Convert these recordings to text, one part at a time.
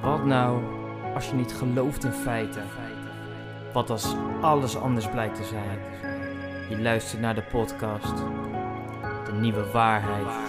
Wat nou als je niet gelooft in feiten? Wat als alles anders blijkt te zijn? Je luistert naar de podcast De Nieuwe Waarheid.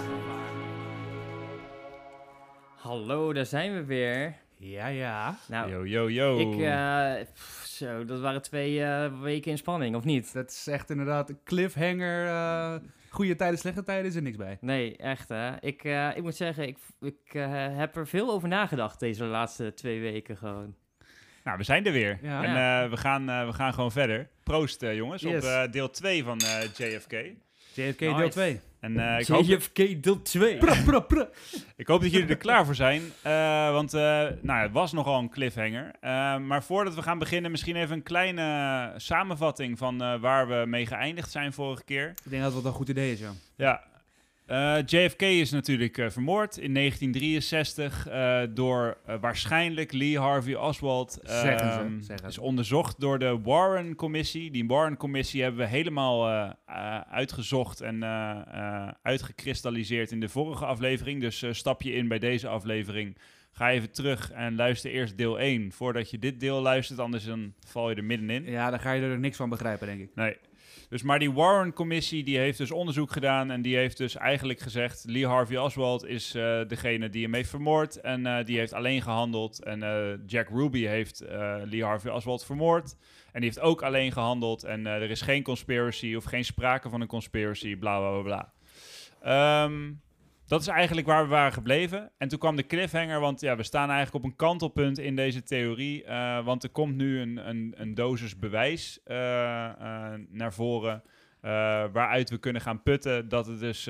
Hallo, daar zijn we weer. Ja. Nou, Yo. zo, dat waren 2 weken in spanning, of niet? Dat is echt inderdaad een cliffhanger. Goede tijden, slechte tijden is er niks bij. Nee, echt hè. Ik moet zeggen, ik heb er veel over nagedacht deze laatste 2 weken gewoon. Nou, we zijn er weer. Ja. En we gaan gewoon verder. Proost jongens, Yes. op deel 2 van JFK. JFK Nice. deel 2. En JFK deel 2. ik hoop dat jullie er klaar voor zijn. Want het was nogal een cliffhanger. Maar voordat we gaan beginnen, misschien even een kleine samenvatting van waar we mee geëindigd zijn vorige keer. Ik denk dat dat een goed idee is, ja. Ja. JFK is natuurlijk vermoord in 1963 door waarschijnlijk Lee Harvey Oswald. Zeggen ze. Is onderzocht door de Warren-commissie. Die Warren-commissie hebben we helemaal uitgezocht en uitgekristalliseerd in de vorige aflevering. Dus stap je in bij deze aflevering. Ga even terug en luister eerst deel 1 voordat je dit deel luistert. Anders dan val je er middenin. Ja, dan ga je er niks van begrijpen, denk ik. Nee. Dus, maar die Warren-commissie die heeft dus onderzoek gedaan en die heeft dus eigenlijk gezegd, Lee Harvey Oswald is degene die hem heeft vermoord en die heeft alleen gehandeld. En Jack Ruby heeft Lee Harvey Oswald vermoord en die heeft ook alleen gehandeld en er is geen conspiracy of geen sprake van een conspiracy, bla bla bla bla. Dat is eigenlijk waar we waren gebleven. En toen kwam de cliffhanger, want ja, we staan eigenlijk op een kantelpunt in deze theorie. Want er komt nu een dosis bewijs naar voren, waaruit we kunnen gaan putten dat het dus,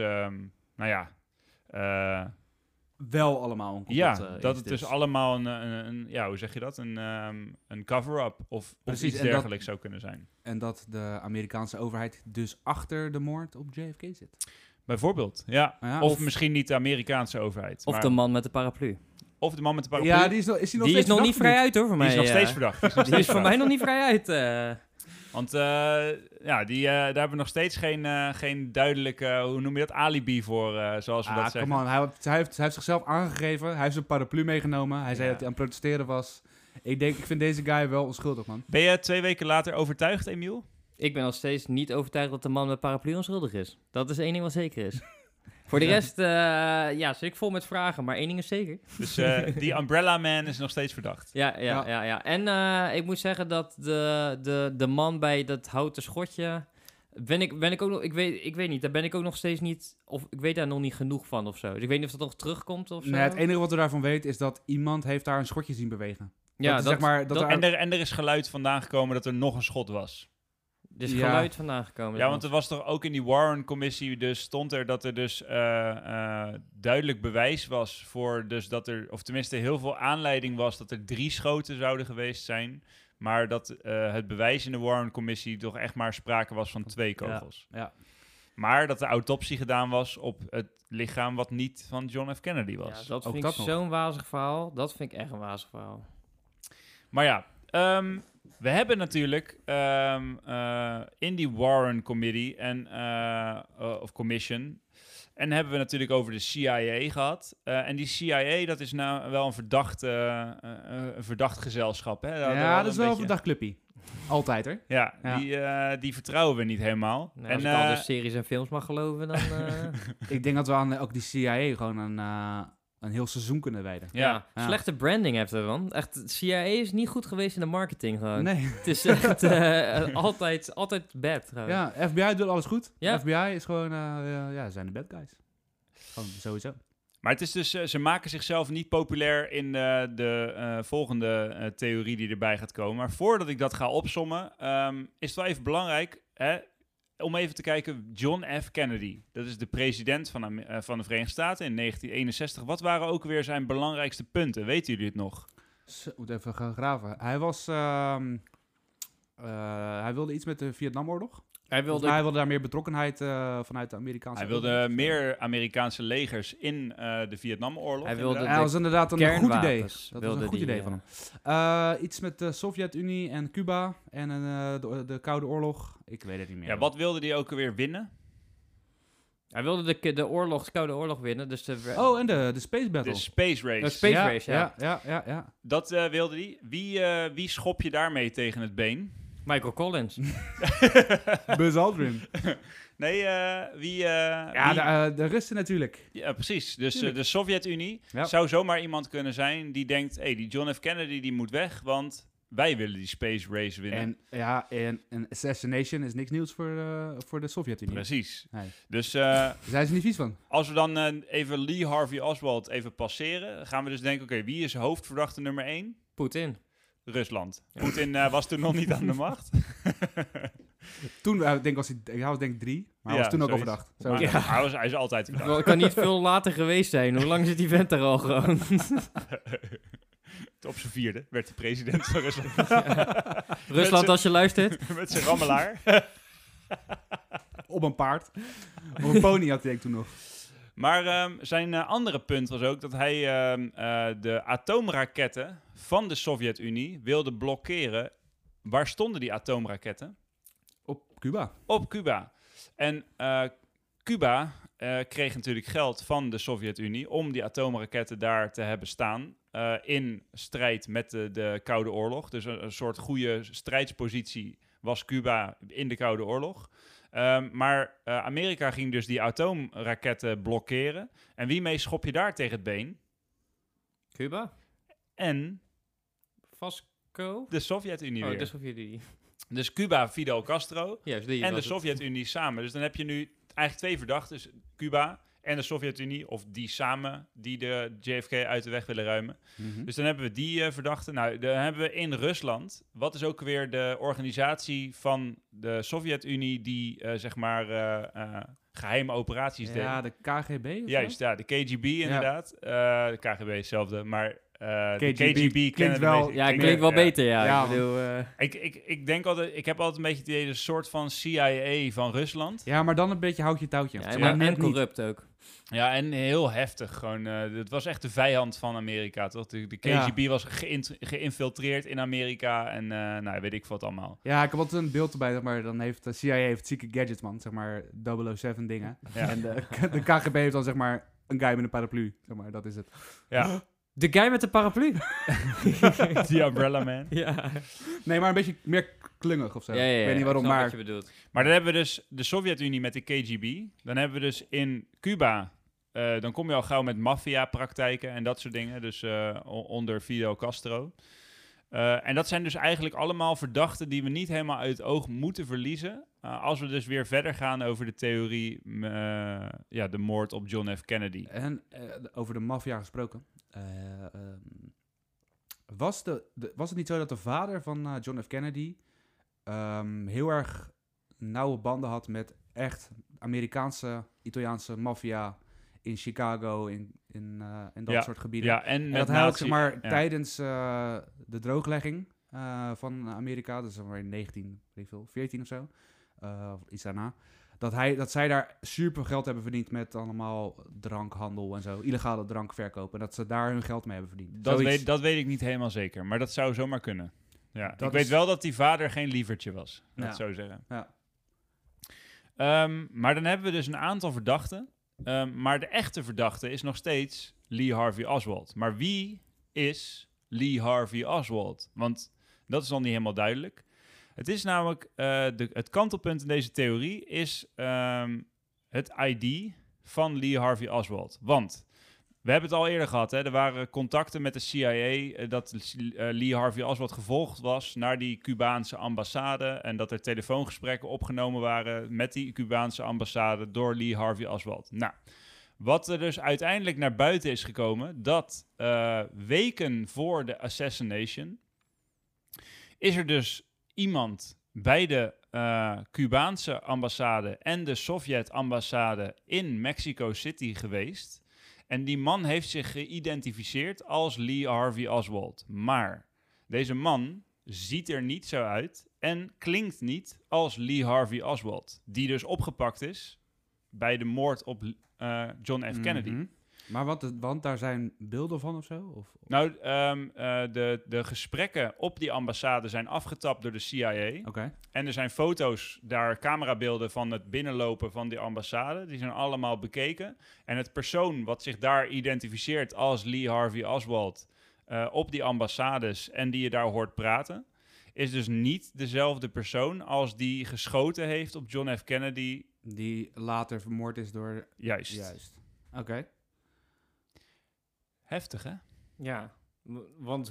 Wel allemaal een complot, dat het dus allemaal hoe zeg je dat? Een cover-up of Precies, iets en dergelijks zou kunnen zijn. En dat de Amerikaanse overheid dus achter de moord op JFK zit. Bijvoorbeeld, ja. Ja, Of misschien niet de Amerikaanse overheid. Of maar, de man met de paraplu. of de man met de paraplu. Ja, is die nog Die is nog niet vrij uit hoor, voor mij. Die is nog steeds verdacht. Die is voor mij nog niet vrij uit. Want daar hebben we nog steeds geen duidelijke, hoe noem je dat, alibi voor, zoals we dat zeggen. Come on. Hij heeft zichzelf aangegeven. Hij heeft zijn paraplu meegenomen. Hij zei dat hij aan het protesteren was. Ik vind deze guy wel onschuldig, man. Ben je 2 weken later overtuigd, Emiel? Ik ben nog steeds niet overtuigd dat de man met paraplu onschuldig is. Dat is 1 ding wat zeker is. Voor de rest, zit ik vol met vragen, maar 1 ding is zeker. Dus die Umbrella Man is nog steeds verdacht. Ja. En ik moet zeggen dat de man bij dat houten schotje... Ben ik ook nog... Ik weet niet, daar ben ik ook nog steeds niet... Of ik weet daar nog niet genoeg van of zo. Dus ik weet niet of dat nog terugkomt of zo. Nee, het enige wat we daarvan weten is dat iemand heeft daar een schotje zien bewegen. Ja, zeg maar, En er is geluid vandaan gekomen dat er nog een schot was. Er is Ja. geluid vandaan gekomen. Ja, want er was toch ook in die Warren-commissie, dus stond er dat er dus duidelijk bewijs was voor, dus dat er, of tenminste heel veel aanleiding was dat er 3 schoten zouden geweest zijn, maar dat het bewijs in de Warren-commissie toch echt maar sprake was van 2 kogels. Ja. Maar dat de autopsie gedaan was op het lichaam wat niet van John F. Kennedy was. Ja, dat Ook vind dat ik nog. zo'n wazig verhaal. Dat vind ik echt een wazig verhaal. Maar ja, we hebben natuurlijk in die Warren Committee of Commission, en hebben we natuurlijk over de CIA gehad. En die CIA, dat is nou wel een verdacht gezelschap. Hè? Dat is wel een verdacht clubje. Altijd, hè? Ja. Die vertrouwen we niet helemaal. Nou, als ik al de series en films mag geloven, dan... Ik denk dat we aan ook die CIA gewoon een heel seizoen kunnen wijden. Ja. Slechte branding heeft er, man. Echt, CIA is niet goed geweest in de marketing gewoon. Nee. Het is echt altijd bad. Gewoon. Ja, FBI doet alles goed. Ja. FBI is gewoon, zijn de bad guys. Gewoon sowieso. Maar het is dus, ze maken zichzelf niet populair in de volgende theorie die erbij gaat komen. Maar voordat ik dat ga opsommen, is het wel even belangrijk om even te kijken. John F. Kennedy, dat is de president van de Verenigde Staten in 1961. Wat waren ook weer zijn belangrijkste punten? Weten jullie het nog? Moet even gaan graven. Hij wilde iets met de Vietnamoorlog. Hij Hij wilde daar meer betrokkenheid vanuit de Amerikaanse... Hij wilde meer Amerikaanse legers in de Vietnamoorlog. Hij wilde Dat was inderdaad een goed idee. kernwapens Dat was een goed idee van hem. Iets met de Sovjet-Unie en Cuba en de Koude Oorlog. Ik weet het niet meer. Ja, wat wilde hij ook alweer winnen? Hij wilde de Koude Oorlog winnen, dus En de Space Battle. De Space Race. De Space Race, ja. Ja. Dat wilde hij. Wie schop je daarmee tegen het been? Michael Collins. Buzz Aldrin. Nee, wie... De Russen natuurlijk. Ja, precies. Dus de Sovjet-Unie Ja. zou zomaar iemand kunnen zijn die denkt... die John F. Kennedy die moet weg, want wij willen die Space Race winnen. En een assassination is niks nieuws voor de Sovjet-Unie. Precies. Nee. Dus Daar zijn ze niet vies van. als we dan even Lee Harvey Oswald even passeren... gaan we dus denken, oké, wie is hoofdverdachte nummer 1? Poetin. Rusland. Poetin was toen nog niet aan de macht. Toen, hij was 3, maar hij was toen ook zoiets. overdacht. Zo. Maar Ja. hij is altijd verdacht. Het kan niet veel later geweest zijn. Hoe lang zit die vent er al gewoon? Op zijn 4e werd hij president van Rusland. Rusland, als je luistert. Met zijn rammelaar. Op een paard. Op een pony had hij toen nog. Maar zijn andere punt was ook dat hij de atoomraketten van de Sovjet-Unie wilde blokkeren. Waar stonden die atoomraketten? Op Cuba. Op Cuba. En Cuba kreeg natuurlijk geld van de Sovjet-Unie om die atoomraketten daar te hebben staan. In strijd met de Koude Oorlog. Dus een soort goede strijdspositie was Cuba in de Koude Oorlog. Maar Amerika ging dus die atoomraketten blokkeren. En wie mee schop je daar tegen het been? Cuba? En Vasco? de Sovjet-Unie weer. De Sovjet-Unie. Dus Cuba, Fidel Castro Juist, die en de was het. Sovjet-Unie samen. Dus dan heb je nu eigenlijk 2 verdachten. Dus Cuba en de Sovjet-Unie, of die samen, die de JFK uit de weg willen ruimen. Dus dan hebben we die verdachten. Nou, dan hebben we in Rusland, wat is ook weer de organisatie van de Sovjet-Unie die, geheime operaties deed. Ja, de KGB of Juist, zo? ja, de KGB inderdaad. De KGB is hetzelfde, maar de KGB KGB klinkt wel- Ja, klinkt wel beter, ja. Ja, Ik bedoel, Ik denk altijd, ik heb altijd een beetje het idee, een soort van CIA van Rusland. Ja, maar dan een beetje houtje touwtje. ja, Zeg maar net en niet. corrupt ook. Ja, en heel heftig gewoon. Het was echt de vijand van Amerika, toch? De KGB was geïnfiltreerd in Amerika en weet ik wat allemaal. Ja, ik heb altijd een beeld erbij, zeg maar, dan heeft de CIA heeft zieke gadgets, man. Zeg maar 007 dingen. Ja. En de KGB heeft dan, zeg maar, een guy met een paraplu. Zeg maar, dat is het. Ja, De guy met de paraplu. die Umbrella Man. Ja. Nee, maar een beetje meer klungig of zo. Ja, Ik weet niet waarom, snap maar... wat je bedoelt. Maar dan hebben we dus de Sovjet-Unie met de KGB. Dan hebben we dus in Cuba, dan kom je al gauw met maffia-praktijken en dat soort dingen. Dus onder Fidel Castro. En dat zijn dus eigenlijk allemaal verdachten die we niet helemaal uit het oog moeten verliezen. Als we dus weer verder gaan over de theorie, de moord op John F. Kennedy. En over de maffia gesproken. Was het niet zo dat de vader van John F. Kennedy heel erg nauwe banden had met echt Amerikaanse, Italiaanse maffia in Chicago, in dat soort gebieden? Ja, en En met dat hij ook, nazi- zeg maar, ja. tijdens de drooglegging van Amerika, dus zeg maar in 14 of zo, of iets daarna, dat zij daar super geld hebben verdiend met allemaal drankhandel en zo, illegale drankverkoop, en dat ze daar hun geld mee hebben verdiend. Dat weet ik niet helemaal zeker, maar dat zou zomaar kunnen. Ja, Dat ik weet is- wel dat die vader geen lievertje was, dat Ja. zo zeggen. Ja. Maar dan hebben we dus een aantal verdachten. Maar de echte verdachte is nog steeds Lee Harvey Oswald. Maar wie is Lee Harvey Oswald? Want dat is dan niet helemaal duidelijk. Het is namelijk, het kantelpunt in deze theorie is het ID van Lee Harvey Oswald. Want we hebben het al eerder gehad, hè? Er waren contacten met de CIA dat Lee Harvey Oswald gevolgd was naar die Cubaanse ambassade en dat er telefoongesprekken opgenomen waren met die Cubaanse ambassade door Lee Harvey Oswald. Nou, wat er dus uiteindelijk naar buiten is gekomen, dat weken voor de assassination is er dus iemand bij de Cubaanse ambassade en de Sovjet-ambassade in Mexico City geweest. En die man heeft zich geïdentificeerd als Lee Harvey Oswald. Maar deze man ziet er niet zo uit en klinkt niet als Lee Harvey Oswald. Die dus opgepakt is bij de moord op John F. Kennedy. Mhm. Want daar zijn beelden van of zo? Nou, de gesprekken op die ambassade zijn afgetapt door de CIA. Oké. En er zijn foto's, daar camerabeelden van het binnenlopen van die ambassade. Die zijn allemaal bekeken. En het persoon wat zich daar identificeert als Lee Harvey Oswald op die ambassades en die je daar hoort praten, is dus niet dezelfde persoon als die geschoten heeft op John F. Kennedy. Die later vermoord is door... Juist. Oké. Heftig, hè? Ja, want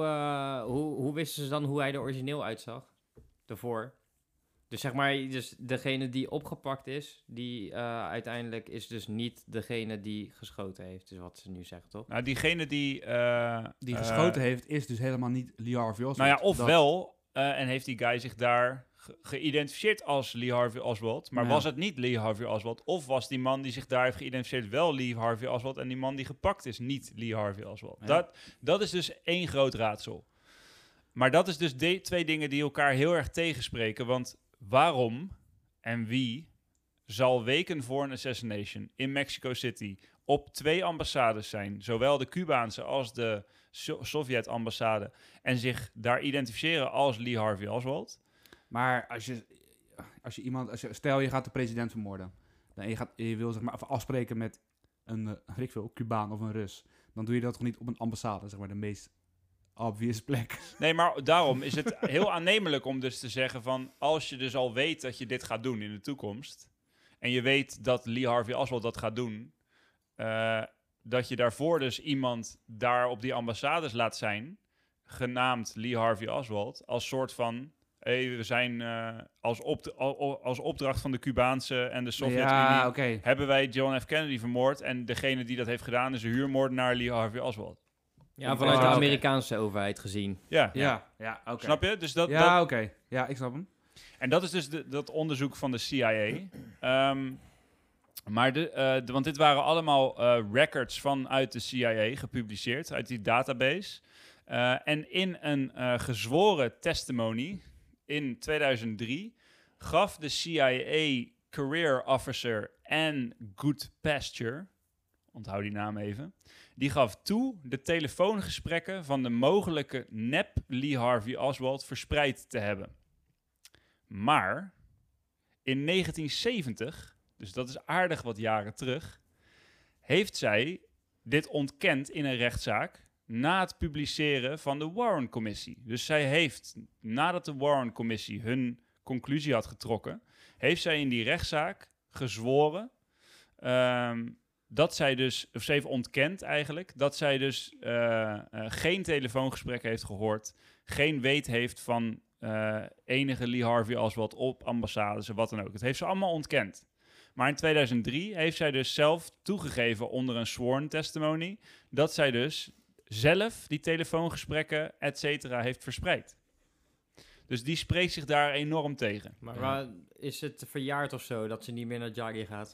hoe wisten ze dan hoe hij er origineel uitzag? Daarvoor. Dus zeg maar, dus degene die opgepakt is, die uiteindelijk is dus niet degene die geschoten heeft, is wat ze nu zeggen, toch? Nou, diegene die... Die geschoten heeft, is dus helemaal niet Lee Harvey Oswald. Nou ja, ofwel, en heeft die guy zich daar geïdentificeerd als Lee Harvey Oswald, maar Ja. was het niet Lee Harvey Oswald? Of was die man die zich daar heeft geïdentificeerd wel Lee Harvey Oswald en die man die gepakt is niet Lee Harvey Oswald? Ja. Dat is dus één groot raadsel. Maar dat is dus twee dingen die elkaar heel erg tegenspreken, want waarom en wie zal weken voor een assassination in Mexico City op 2 ambassades zijn, zowel de Cubaanse als de Sovjet-ambassade, en zich daar identificeren als Lee Harvey Oswald? Maar stel je gaat de president vermoorden. Je wil zeg maar even afspreken met een Cubaan of een Rus. Dan doe je dat toch niet op een ambassade, zeg maar de meest obvious plek. Nee, maar daarom is het heel aannemelijk om dus te zeggen van, als je dus al weet dat je dit gaat doen in de toekomst, en je weet dat Lee Harvey Oswald dat gaat doen, dat je daarvoor dus iemand daar op die ambassades laat zijn, genaamd Lee Harvey Oswald, als soort van, we zijn als opdracht van de Cubaanse en de Sovjet-Unie, Ja, oké. hebben wij John F. Kennedy vermoord en degene die dat heeft gedaan is een huurmoordenaar Lee Harvey Oswald. Ja, vanuit de oké. Amerikaanse overheid gezien. Ja, Ja, oké. snap je? Dus dat, Ja, oké. Ja, ik snap hem. En dat is dus dat onderzoek van de CIA. Want dit waren allemaal records vanuit de CIA gepubliceerd, uit die database. En in een gezworen testimony in 2003 gaf de CIA Career Officer Ann Goodpasture, onthoud die naam even, die gaf toe de telefoongesprekken van de mogelijke nep Lee Harvey Oswald verspreid te hebben. Maar in 1970, dus dat is aardig wat jaren terug, heeft zij dit ontkend in een rechtszaak na het publiceren van de Warren-commissie. Dus zij heeft, nadat de Warren-commissie hun conclusie had getrokken, heeft zij in die rechtszaak gezworen dat zij dus, of ze heeft ontkend eigenlijk, dat zij dus geen telefoongesprek heeft gehoord, geen weet heeft van enige Lee Harvey Oswald op ambassades en wat dan ook. Het heeft ze allemaal ontkend. Maar in 2003 heeft zij dus zelf toegegeven onder een sworn testimony dat zij dus zelf die telefoongesprekken, et cetera, heeft verspreid. Dus die spreekt zich daar enorm tegen. Maar is het verjaard of zo dat ze niet meer naar Jaggi gaat?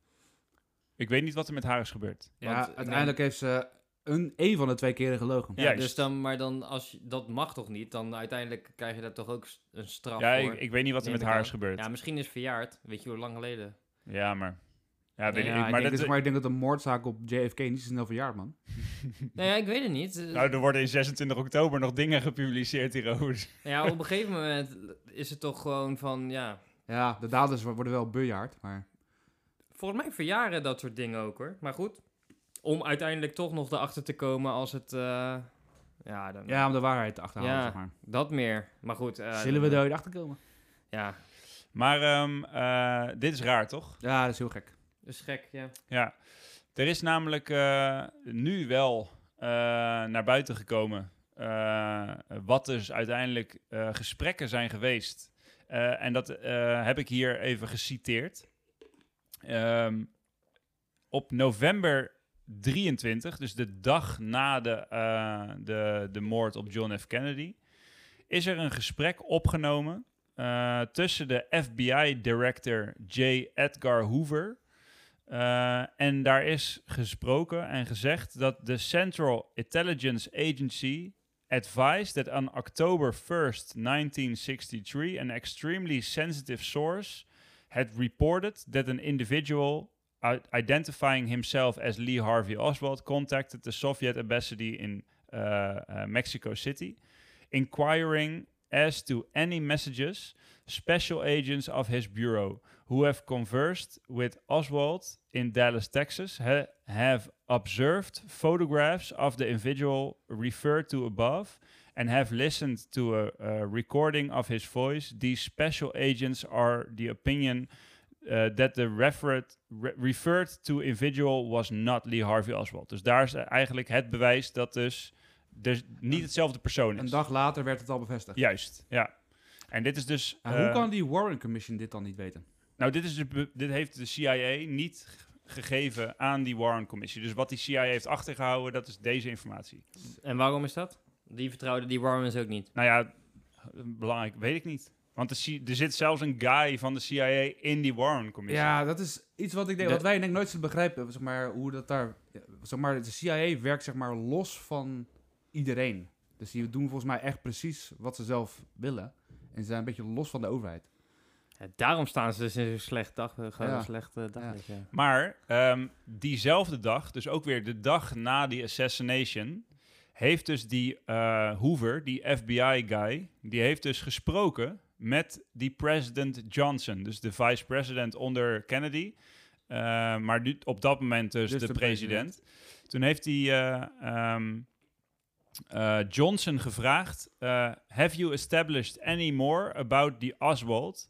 Ik weet niet wat er met haar is gebeurd. Ja, Want, uiteindelijk heeft ze een van de 2 keren gelogen. Ja, Juist. dus maar dan, als dat mag toch niet? Dan uiteindelijk krijg je daar toch ook een straf Ja, voor? ik weet niet wat er Neem met ik haar aan. is gebeurd. Ja, misschien is het verjaard. Weet je hoe lang geleden? Ja, maar... Ja, weet Nee, ik, Ja, maar ik denk dat een moordzaak op JFK niet zo snel verjaard, man. Nou ja, ik weet het niet. nou, er worden in 26 oktober nog dingen gepubliceerd hierover. Ja, op een gegeven moment is het toch gewoon van, ja... Ja, de daders worden wel bejaard, maar... Volgens mij verjaren dat soort dingen ook, hoor. Maar goed, om uiteindelijk toch nog erachter te komen als het... ja, dan, Ja, om de waarheid te achterhalen, Ja. zeg maar. dat meer. Maar goed... Zullen we er ooit achter komen? Ja, Maar dit is raar, toch? Ja, dat is heel gek. dat is gek, ja. Ja. Er is namelijk nu wel naar buiten gekomen wat dus uiteindelijk gesprekken zijn geweest. En dat heb ik hier even geciteerd. Op november 23, dus de dag na de moord op John F. Kennedy, is er een gesprek opgenomen tussen de FBI-director J. Edgar Hoover. En daar is gesproken en gezegd dat de Central Intelligence Agency advised that on October 1st, 1963, an extremely sensitive source had reported that an individual identifying himself as Lee Harvey Oswald, contacted the Soviet embassy in Mexico City, inquiring as to any messages special agents of his bureau who have conversed with Oswald in Dallas, Texas, have observed photographs of the individual referred to above and have listened to a recording of his voice. These special agents are the opinion that the referred to individual was not Lee Harvey Oswald. Dus daar is eigenlijk het bewijs dat dus niet hetzelfde persoon is. Een dag later werd het al bevestigd. Juist, ja. En dit is dus... Hoe kan die Warren Commission dit dan niet weten? Nou, dit heeft de CIA niet gegeven aan die Warren Commission. Dus wat die CIA heeft achtergehouden, dat is deze informatie. En waarom is dat? Die vertrouwde die Warrens ook niet. Nou ja, belangrijk, weet ik niet. Want er zit zelfs een guy van de CIA in die Warren Commission. Ja, dat is iets wat ik denk, wat wij denk nooit zullen begrijpen. Zeg maar, hoe dat daar... Zeg maar, de CIA werkt zeg maar los van iedereen. Dus die doen volgens mij echt precies wat ze zelf willen. En ze zijn een beetje los van de overheid. Ja, daarom staan ze dus in zo'n slecht slecht daglicht. Ja. Maar diezelfde dag, dus ook weer de dag na die assassination, heeft dus die Hoover, die FBI-guy, die heeft dus gesproken met die president Johnson, dus de vice-president onder Kennedy, maar nu, op dat moment dus de president. Toen heeft hij Johnson gevraagd, have you established any more about the Oswald?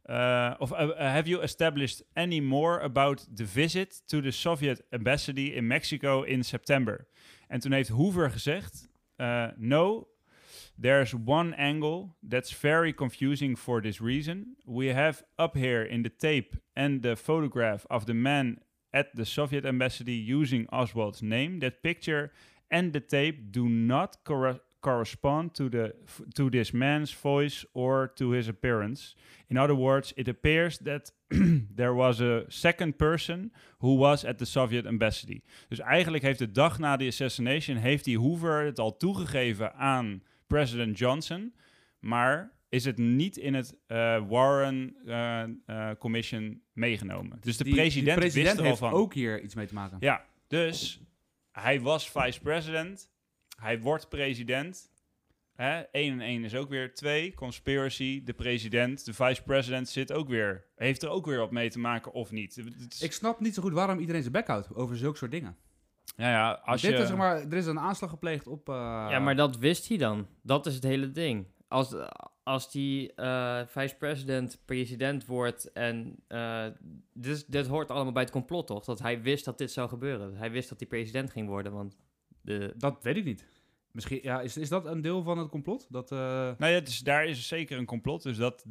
Have you established any more about the visit to the Soviet embassy in Mexico in September? En toen heeft Hoover gezegd, no, there's one angle that's very confusing for this reason. We have up here in the tape and the photograph of the man at the Soviet embassy using Oswald's name. That picture and the tape do not correspond to this man's voice or to his appearance. In other words, it appears that there was a second person who was at the Soviet embassy. Dus eigenlijk heeft de dag na de assassination, heeft die Hoover het al toegegeven aan president Johnson, maar is het niet in het Warren Commission meegenomen. Dus de president wist er al heeft van. Ook hier iets mee te maken. Ja, dus hij was vice-president. Hij wordt president. 1 en 1 is ook weer 2. Conspiracy, de president, de vice-president heeft er ook weer wat mee te maken of niet. Ik snap niet zo goed waarom iedereen zijn bek houdt over zulke soort dingen. Ja, als Is, zeg maar, er is een aanslag gepleegd op... Ja, maar dat wist hij dan. Dat is het hele ding. Als die vice-president president wordt en... dit hoort allemaal bij het complot, toch? Dat hij wist dat dit zou gebeuren. Hij wist dat hij president ging worden, want... Dat weet ik niet. Misschien, ja, is dat een deel van het complot? Nou ja, dus daar is zeker een complot. Dus dat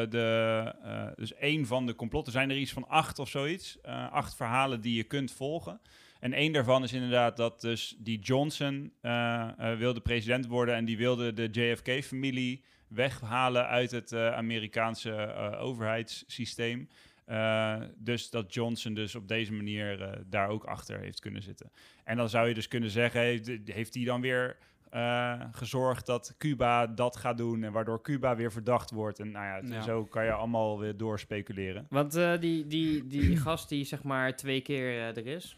dus één van de complotten, zijn er iets van 8 of zoiets. 8 verhalen die je kunt volgen. En één daarvan is inderdaad dat dus die Johnson wilde president worden en die wilde de JFK-familie weghalen uit het Amerikaanse overheidssysteem. Dus dat Johnson dus op deze manier daar ook achter heeft kunnen zitten. En dan zou je dus kunnen zeggen, heeft hij dan weer gezorgd dat Cuba dat gaat doen en waardoor Cuba weer verdacht wordt. En nou ja, zo kan je allemaal weer doorspeculeren. Want die gast die zeg maar 2 keer er is...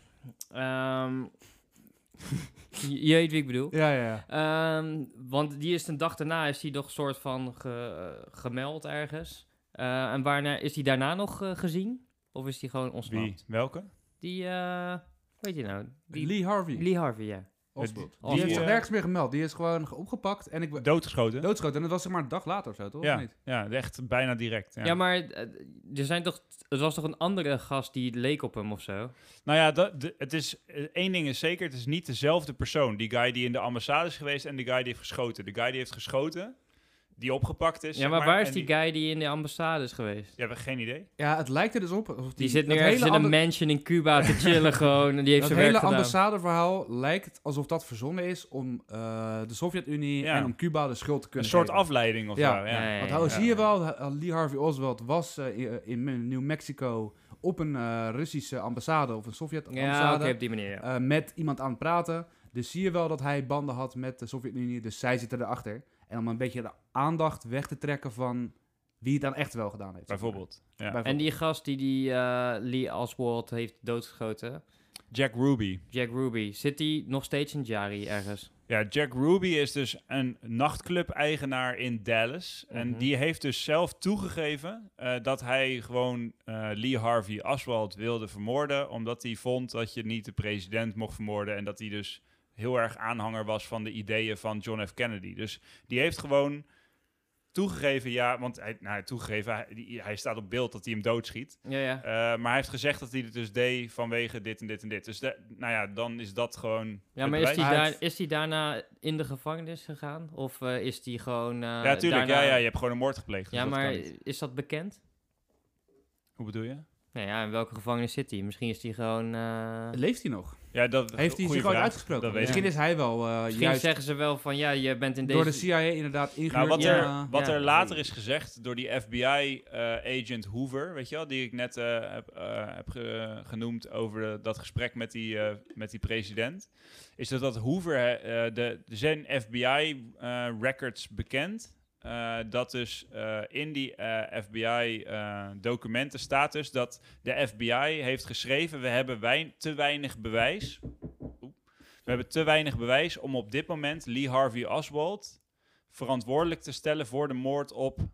je weet wie ik bedoel. Ja. Want die is een dag daarna is die toch soort van gemeld ergens. En waarna is die daarna nog gezien? Of is die gewoon ontsnapt? Wie? Welke? Die, weet je nou? Lee Harvey. Lee Harvey, ja. Die heeft zich nergens meer gemeld. Die is gewoon opgepakt en doodgeschoten. En dat was zeg maar een dag later of zo, toch? Ja, of niet? ja, echt bijna direct. Ja, ja maar het was toch een andere gast die leek op hem of zo? Nou ja, het is, één ding is zeker, het is niet dezelfde persoon. Die guy die in de ambassade is geweest en die guy die heeft geschoten. De guy die heeft geschoten, die opgepakt is. Ja, maar waar is die guy die in de ambassade is geweest? Ja, we hebben geen idee. Ja, het lijkt er dus op. Die zit nu ergens in een mansion in Cuba te chillen gewoon. En die heeft zijn werk gedaan. Het hele ambassadeverhaal lijkt alsof dat verzonnen is om de Sovjet-Unie en om Cuba de schuld te kunnen geven. Een soort geven. afleiding of zo. Ja. Want zie je wel, Lee Harvey Oswald was in New Mexico op een Russische ambassade of een Sovjet-ambassade. Ja, op die manier. Met iemand aan het praten. Dus zie je wel dat hij banden had met de Sovjet-Unie. Dus zij zitten erachter. En om een beetje de aandacht weg te trekken van wie het dan echt wel gedaan heeft. Bijvoorbeeld. Ja. Bijvoorbeeld. En die gast die Lee Oswald heeft doodgeschoten, Jack Ruby. Jack Ruby, zit die nog steeds in Jari ergens? Ja, Jack Ruby is dus een nachtclub-eigenaar in Dallas. En Mhm. die heeft dus zelf toegegeven dat hij gewoon Lee Harvey Oswald wilde vermoorden, omdat hij vond dat je niet de president mocht vermoorden en dat hij dus heel erg aanhanger was van de ideeën van John F. Kennedy. Dus die heeft gewoon toegegeven, ja, want hij staat op beeld dat hij hem doodschiet. Ja, ja. Maar hij heeft gezegd dat hij het dus deed vanwege dit en dit en dit. Dus dan is dat gewoon... Ja, het maar is bewijs. die daarna in de gevangenis gegaan? Of is die gewoon... Ja, tuurlijk. daarna... Ja, je hebt gewoon een moord gepleegd. Dus Ja, dat maar kan niet. is dat bekend? Hoe bedoel je? Nou ja, in welke gevangenis zit hij? Misschien is hij gewoon... Leeft hij nog? Ja, dat Heeft hij goeie zich ooit vraag. uitgesproken? Dat weet Misschien ik is hij wel Misschien juist zeggen ze wel van, ja, je bent in deze... door de CIA inderdaad ingehuurd. Nou, wat Ja. er later is gezegd door die FBI-agent Hoover, weet je wel, die ik net heb genoemd over dat gesprek met die president, is dat Hoover, zijn FBI-records bekend, dat dus in die FBI-documenten staat dus dat de FBI heeft geschreven, we hebben te weinig bewijs. We hebben te weinig bewijs om op dit moment Lee Harvey Oswald verantwoordelijk te stellen voor de moord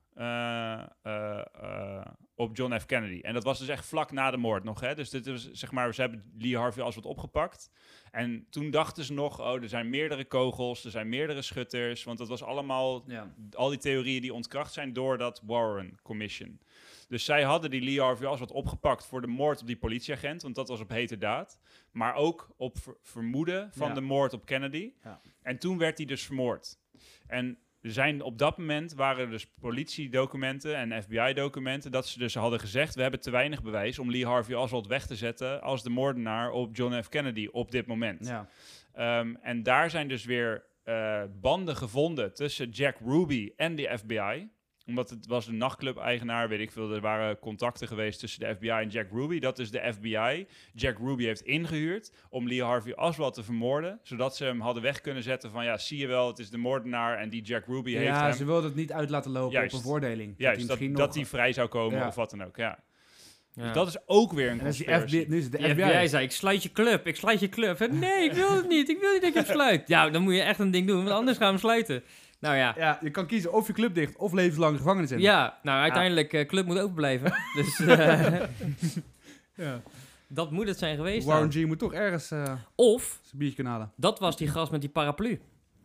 op John F. Kennedy. En dat was dus echt vlak na de moord nog. Hè? Dus dit was, zeg maar, ze hebben Lee Harvey Oswald opgepakt. En toen dachten ze nog, er zijn meerdere kogels, er zijn meerdere schutters. Want dat was allemaal, al die theorieën die ontkracht zijn door dat Warren Commission. Dus zij hadden die Lee Harvey Oswald opgepakt voor de moord op die politieagent, want dat was op heterdaad. Maar ook op vermoeden van de moord op Kennedy. Ja. En toen werd hij dus vermoord. En op dat moment waren er dus politiedocumenten en FBI-documenten dat ze dus hadden gezegd, we hebben te weinig bewijs om Lee Harvey Oswald weg te zetten als de moordenaar op John F. Kennedy op dit moment. Ja. En daar zijn dus weer banden gevonden tussen Jack Ruby en de FBI. Omdat het was een nachtclub-eigenaar, weet ik veel. Er waren contacten geweest tussen de FBI en Jack Ruby. Dat is de FBI Jack Ruby heeft ingehuurd om Lee Harvey Oswald te vermoorden. Zodat ze hem hadden weg kunnen zetten van, ja, zie je wel, het is de moordenaar en die Jack Ruby heeft hem. Ja, ze wilden het niet uit laten lopen Juist. op een voordeling. Juist, dat hij vrij zou komen Ja. of wat dan ook, ja. Ja. Dus dat is ook weer een En als die conspiracy. nu is het de De FBI. FBI zei, ik sluit je club. En nee, ik wil het niet. Ik wil niet dat je hem sluit. Ja, dan moet je echt een ding doen, want anders gaan we hem sluiten. Nou ja. Ja, je kan kiezen of je club dicht of levenslang gevangenis in. Ja, nou uiteindelijk, club moet open blijven. Dus Ja. dat moet het zijn geweest Warren dan. G moet toch ergens Of, zijn biertje kunnen halen. dat was die gast met die paraplu.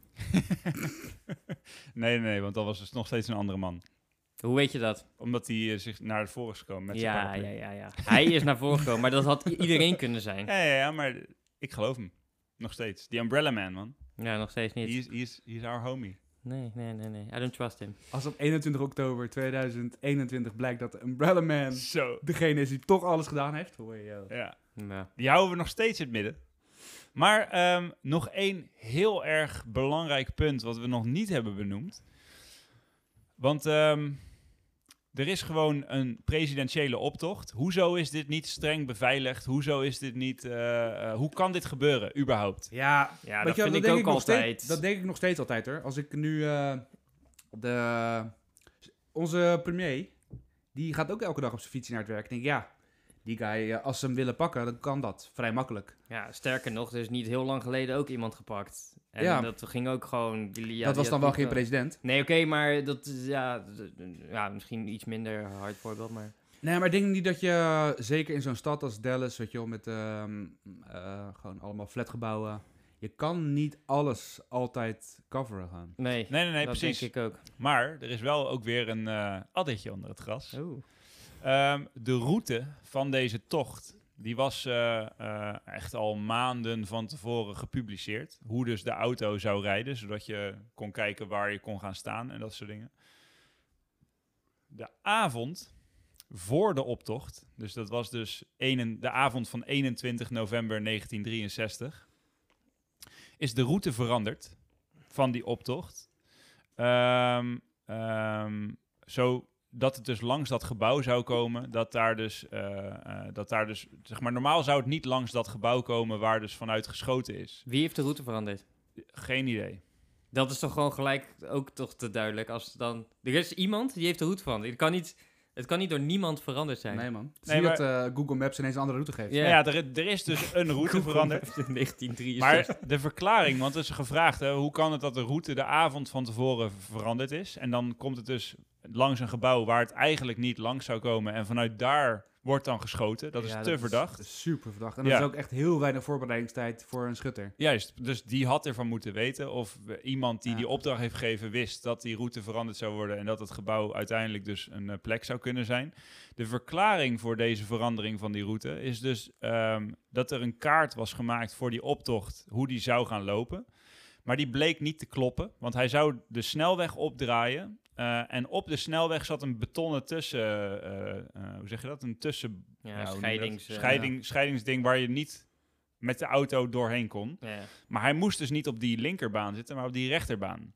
Nee, want dat was dus nog steeds een andere man. Hoe weet je dat? Omdat hij zich naar voren is gekomen met zijn Ja. paraplu. Hij is naar voren gekomen, maar dat had iedereen kunnen zijn. Ja, maar ik geloof hem. Nog steeds. Die Umbrella Man, man. Ja, nog steeds niet. He is our homie. Nee. I don't trust him. Als op 21 oktober 2021 blijkt dat de Umbrella Man Zo. degene is die toch alles gedaan heeft. Hoor je. Ja. Ja. Die houden we nog steeds in het midden. Maar nog één heel erg belangrijk punt wat we nog niet hebben benoemd. Want er is gewoon een presidentiële optocht. Hoezo is dit niet streng beveiligd? Hoezo is dit niet... hoe kan dit gebeuren, überhaupt? Ja, Ja, weet dat je wel, vind ik denk ook nog altijd. Steeds, dat denk ik nog steeds altijd hoor. Als ik nu onze premier, die gaat ook elke dag op zijn fiets naar het werk. Ik denk, ja, die guy, als ze hem willen pakken, dan kan dat vrij makkelijk. Ja, sterker nog, er is niet heel lang geleden ook iemand gepakt. En Ja. dat ging ook gewoon... Dat was dan wel geen president. Nee, oké, maar dat is ja, misschien iets minder hard voorbeeld, maar... Nee, maar ik denk niet dat je, zeker in zo'n stad als Dallas, weet je wel, met gewoon allemaal flatgebouwen, je kan niet alles altijd coveren gaan. Nee, Nee, dat precies. denk ik ook. Maar er is wel ook weer een addertje onder het gras. Oeh. De route van deze tocht, die was echt al maanden van tevoren gepubliceerd. Hoe dus de auto zou rijden, zodat je kon kijken waar je kon gaan staan en dat soort dingen. De avond voor de optocht, dus dat was dus de avond van 21 november 1963, is de route veranderd van die optocht. Zodat het dus langs dat gebouw zou komen, dat daar dus, zeg maar, normaal zou het niet langs dat gebouw komen waar dus vanuit geschoten is. Wie heeft de route veranderd? Geen idee. Dat is toch gewoon gelijk ook toch te duidelijk. Als dan... Er is iemand die heeft de hoed van. Het kan niet door niemand veranderd zijn. Nee, man. Nee, Zie dat Google Maps ineens een andere route geeft. Ja. Nou ja, er is dus een route veranderd. In 1963. Maar de verklaring, want er is gevraagd, hè, hoe kan het dat de route de avond van tevoren veranderd is? En dan komt het dus langs een gebouw waar het eigenlijk niet langs zou komen. En vanuit daar wordt dan geschoten. Dat is te verdacht. Dat is super verdacht. En Ja. dat is ook echt heel weinig voorbereidingstijd voor een schutter. Juist, dus die had ervan moeten weten. Of iemand die Ja. die opdracht heeft gegeven wist dat die route veranderd zou worden. En dat het gebouw uiteindelijk dus een plek zou kunnen zijn. De verklaring voor deze verandering van die route is dus dat er een kaart was gemaakt voor die optocht. Hoe die zou gaan lopen. Maar die bleek niet te kloppen. Want hij zou de snelweg opdraaien. En op de snelweg zat een betonnen hoe zeg je dat? Een tussen... Ja, hoe noem je dat? scheidings... scheidingsding waar je niet met de auto doorheen kon. Ja. Maar hij moest dus niet op die linkerbaan zitten, maar op die rechterbaan.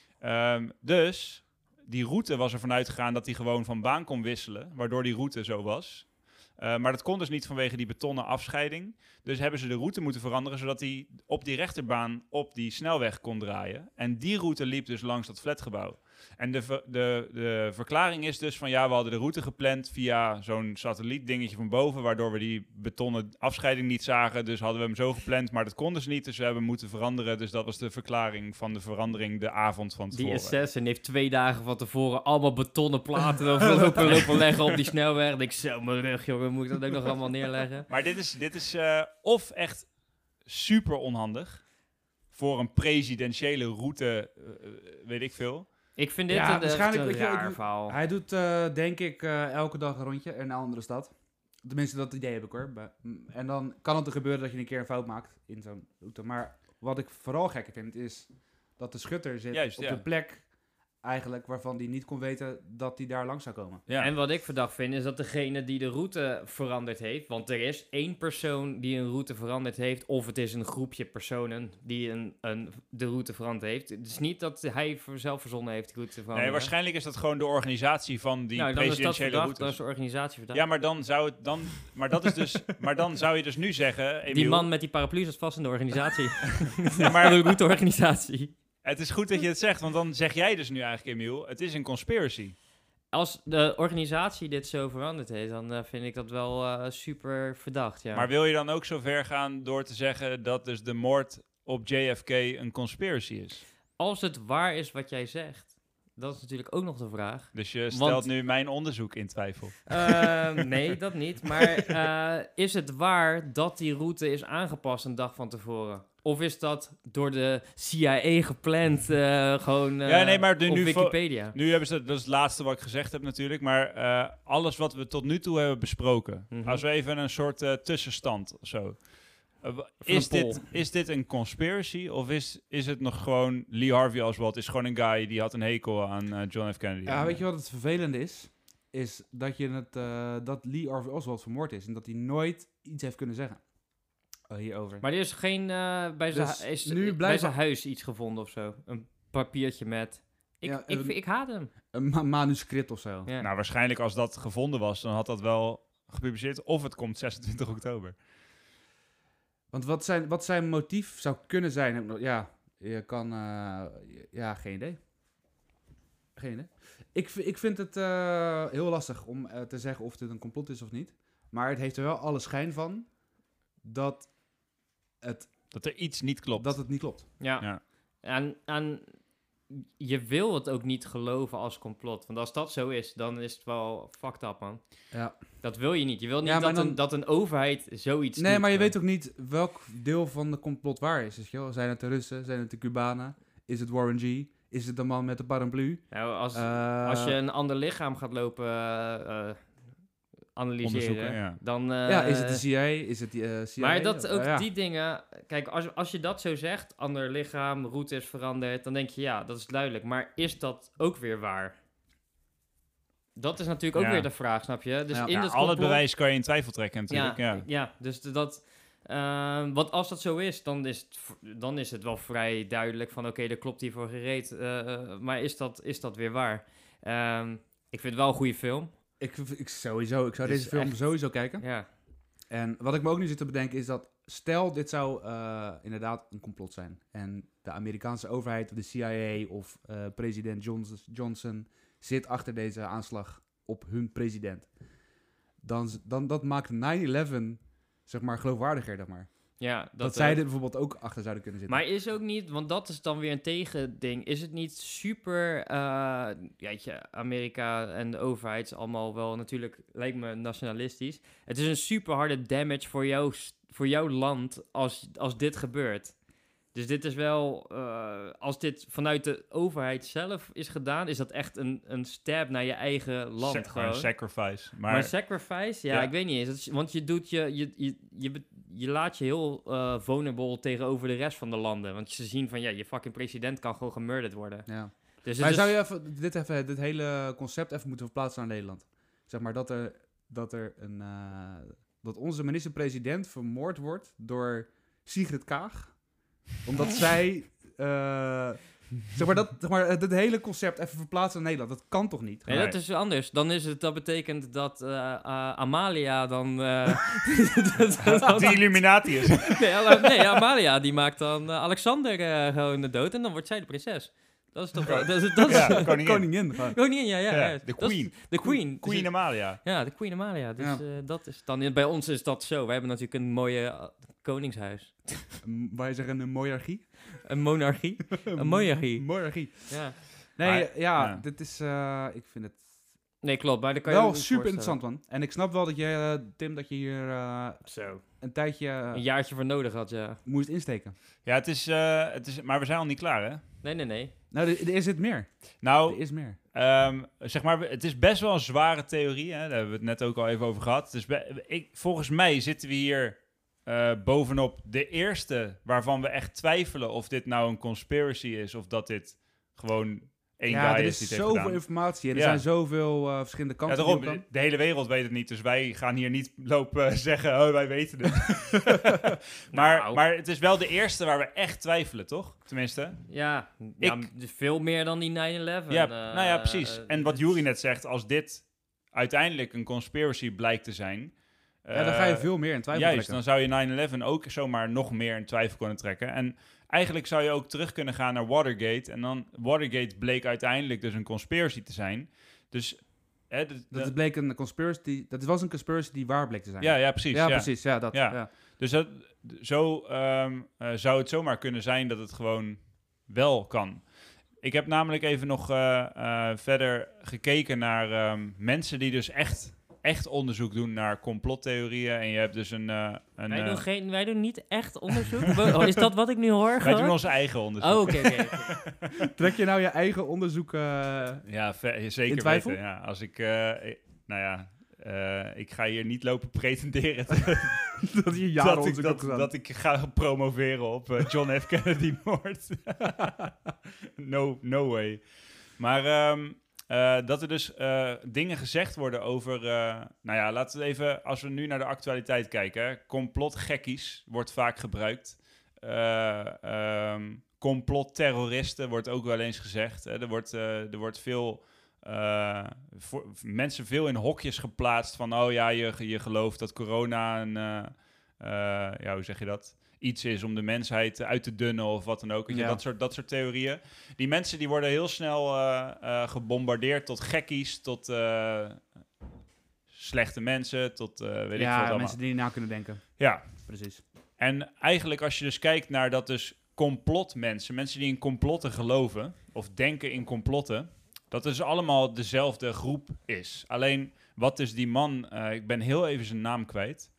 Dus die route was er vanuit gegaan dat hij gewoon van baan kon wisselen, waardoor die route zo was. Maar dat kon dus niet vanwege die betonnen afscheiding. Dus hebben ze de route moeten veranderen, zodat hij op die rechterbaan op die snelweg kon draaien. En die route liep dus langs dat flatgebouw. En de verklaring is dus van ja, we hadden de route gepland via zo'n satellietdingetje van boven, waardoor we die betonnen afscheiding niet zagen. Dus hadden we hem zo gepland, maar dat kon dus niet. Dus we hebben moeten veranderen. Dus dat was de verklaring van de verandering de avond van Die tevoren. assassin heeft 2 dagen van tevoren allemaal betonnen platen lopen leggen op die snelweg. En ik zo, mijn rug, jongen, moet ik dat ook nog allemaal neerleggen? Maar dit is of echt super onhandig voor een presidentiële route, weet ik veel. Ik vind dit Ja, een waarschijnlijk, echt weet je, een raar verhaal. Hij doet, denk ik, elke dag een rondje in een andere stad. Tenminste, dat idee heb ik hoor. En dan kan het er gebeuren dat je een keer een fout maakt in zo'n route. Maar wat ik vooral gekker vind, is dat de schutter zit Juist, op ja. de plek eigenlijk waarvan hij niet kon weten dat hij daar langs zou komen. Ja. En wat ik verdacht vind, is dat degene die de route veranderd heeft... Want er is 1 persoon die een route veranderd heeft... of het is een groepje personen die de route veranderd heeft. Het is niet dat hij zelf verzonnen heeft die route te veranderen. Nee, waarschijnlijk is dat gewoon de organisatie van die Nou, dan is dat presidentiële verdacht, routes. dan is de organisatie verdacht. Ja, maar dan zou het dan... Maar dat is dus... maar dan zou je dus nu zeggen, Emiel, Die man met die paraplu zat vast in de organisatie. Ja, maar de routeorganisatie. het is goed dat je het zegt, want dan zeg jij dus nu eigenlijk, Emiel, het is een conspiracy. Als de organisatie dit zo veranderd heeft, dan vind ik dat wel super verdacht, ja. Maar wil je dan ook zo ver gaan door te zeggen dat dus de moord op JFK een conspiracy is? Als het waar is wat jij zegt, dat is natuurlijk ook nog de vraag. Dus je stelt Want- nu mijn onderzoek in twijfel. Nee, dat niet. Maar is het waar dat die route is aangepast een dag van tevoren? Of is dat door de CIA gepland gewoon Ja, nee, maar op nu Wikipedia? Nu hebben ze, dat is het laatste wat ik gezegd heb natuurlijk, maar alles wat we tot nu toe hebben besproken. Mhm. Als we even een soort tussenstand of zo. poll. Is dit een conspiracy of is het nog gewoon Lee Harvey Oswald is gewoon een guy die had een hekel aan John F. Kennedy? Ja, weet je wat het vervelende is? Is dat, dat Lee Harvey Oswald vermoord is en dat hij nooit iets heeft kunnen zeggen hierover. Maar er is geen bij zijn Dus is nu bij blijven- zijn huis iets gevonden of zo. Een papiertje met... Ik haat hem. Een manuscript of zo. Ja. Nou, waarschijnlijk als dat gevonden was, dan had dat wel gepubliceerd. Of het komt 26 oktober. Want wat zijn motief zou kunnen zijn, heb ik nog- ja, je kan, ja, geen idee. Geen idee. Ik vind het heel lastig om te zeggen of dit een complot is of niet. Maar het heeft er wel alle schijn van dat Dat er iets niet klopt. dat het niet klopt. Ja. Ja. En je wil het ook niet geloven als complot. Want als dat zo is, dan is het wel fucked up, man. Ja. Dat wil je niet. Je wil niet Ja, maar dat een overheid zoiets Nee, doet. maar je weet ook niet welk deel van de complot waar is. Weet je wel? Zijn het de Russen? Zijn het de Cubanen? Is het Warren G? Is het de man met de paraplu? Nou, Eh, als je een ander lichaam gaat lopen analyseren, Onderzoeken, ja. dan... ja, is het de CIA? Is het die CIA? Maar dat ook Ja. die dingen... Kijk, als je dat zo zegt, ander lichaam, route is veranderd, dan denk je, ja, dat is duidelijk. Maar is dat ook weer waar? Dat is natuurlijk ook Ja. weer de vraag, snap je? Dus Ja. in Ja, dat al het complot- bewijs kan je in twijfel trekken natuurlijk. Ja. dus dat... want als dat zo is, dan is het wel vrij duidelijk van... Oké, daar klopt hier voor gereed. Maar is dat weer waar? Ik vind het wel een goede film. Ik zou Het is deze film echt- sowieso kijken. Ja. En wat ik me ook nu zit te bedenken is dat stel, dit zou inderdaad een complot zijn. En de Amerikaanse overheid, of de CIA of president Johnson zit achter deze aanslag op hun president. Dan dat maakt 9/11, zeg maar, geloofwaardiger, zeg maar. Ja, Dat zij er bijvoorbeeld ook achter zouden kunnen zitten. Maar is ook niet, want dat is dan weer een tegending. Is het niet super, Amerika en de overheid is allemaal wel natuurlijk, lijkt me nationalistisch. Het is een super harde damage voor jouw land als dit gebeurt. Dus dit is wel, als dit vanuit de overheid zelf is gedaan, is dat echt een stab naar je eigen land. Gewoon een sacrifice. Maar sacrifice, ja, ik weet niet eens. Want je doet je laat je heel vulnerable tegenover de rest van de landen. Want ze zien van, je fucking president kan gewoon gemurderd worden. Ja. Dus Maar zou je dit hele concept even moeten verplaatsen naar Nederland? Zeg maar dat onze minister-president vermoord wordt door Sigrid Kaag. Omdat zij... zeg maar, het hele concept even verplaatsen naar Nederland. Dat kan toch niet? Nee, dat is anders. Dat betekent dat Amalia dan... de Illuminati is. nee, Amalia die maakt dan Alexander gewoon de dood en dan wordt zij de prinses. Dat is toch... koningin. Koningin, ja. De queen. De queen. Queen Amalia. Ja, de Queen Amalia. Dus dat is dan... Bij ons is dat zo. We hebben natuurlijk een mooie koningshuis. Wij zeggen een monarchie. Een monarchie? Een monarchie. Monarchie. Ja. Nee, dit is... ik vind het... Nee, klopt. Maar dan kan je wel ook super interessant, man. En ik snap wel dat je, Tim, dat je hier een tijdje... een jaartje voor nodig had, ja. Moest insteken. Ja, het is... Maar we zijn al niet klaar, hè? Nee. Nou, er is het meer. Nou, er is meer. Zeg maar, het is best wel een zware theorie, hè? Daar hebben we het net ook al even over gehad. Dus volgens mij zitten we hier bovenop de eerste waarvan we echt twijfelen of dit nou een conspiracy is of dat dit gewoon één guy is die het heeft gedaan. Er is zoveel informatie en er zijn zoveel verschillende kanten. Ja, daarom, de hele wereld weet het niet, dus wij gaan hier niet lopen zeggen, oh, wij weten het. maar het is wel de eerste waar we echt twijfelen, toch? Tenminste. Ja, veel meer dan die 9/11. Ja, nou ja, precies. En wat Juri net zegt, als dit uiteindelijk een conspiracy blijkt te zijn... dan ga je veel meer in twijfel trekken. Dan zou je 9/11 ook zomaar nog meer in twijfel kunnen trekken. En eigenlijk zou je ook terug kunnen gaan naar Watergate. En dan, Watergate bleek uiteindelijk dus een conspiracy te zijn. Dus... dat bleek een conspiracy... Dat was een conspiracy die waar bleek te zijn. Ja, precies. Ja, precies. Ja, dat. Ja. Ja. Dus zo zou het zomaar kunnen zijn dat het gewoon wel kan. Ik heb namelijk even nog verder gekeken naar mensen die dus echt onderzoek doen naar complottheorieën. En je hebt dus wij doen niet echt onderzoek. Is dat wat ik nu hoor? Wij doen ons eigen onderzoek. Oh, oké. Trek je nou je eigen onderzoek ja, zeker in twijfel? weten. Ja. Als ik... ik ga hier niet lopen pretenderen dat ik ga promoveren op John F. Kennedy moord. No way. Maar dat er dus dingen gezegd worden over... laten we even... Als we nu naar de actualiteit kijken... Complotgekkies wordt vaak gebruikt. Complotterroristen wordt ook wel eens gezegd. Er wordt veel... mensen veel in hokjes geplaatst van... oh ja, je gelooft dat corona hoe zeg je dat? Iets is om de mensheid uit te dunnen of wat dan ook. Ja. Dat soort theorieën. Die mensen die worden heel snel gebombardeerd tot gekkies, tot slechte mensen, tot weet ik veel wat allemaal. Mensen die niet na kunnen denken. Ja. Precies. En eigenlijk als je dus kijkt naar dat dus complotmensen, mensen die in complotten geloven of denken in complotten... dat het dus allemaal dezelfde groep is. Alleen, wat dus die man... ik ben heel even zijn naam kwijt.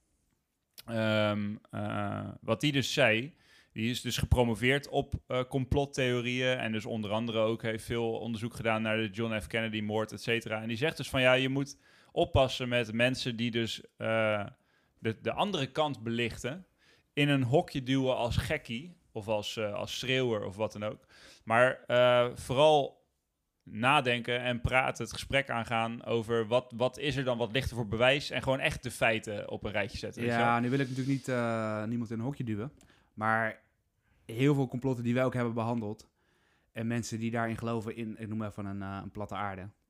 Wat die dus zei... die is dus gepromoveerd op complottheorieën... en dus onder andere ook heeft veel onderzoek gedaan... naar de John F. Kennedy-moord, et cetera. En die zegt dus van... ja, je moet oppassen met mensen die dus... de andere kant belichten... in een hokje duwen als gekkie... of als schreeuwer of wat dan ook. Maar vooral... nadenken en praten, het gesprek aangaan over wat is er dan, wat ligt er voor bewijs en gewoon echt de feiten op een rijtje zetten. Ja, nu wil ik natuurlijk niet niemand in een hokje duwen, maar heel veel complotten die wij ook hebben behandeld en mensen die daarin geloven in, ik noem even een platte aarde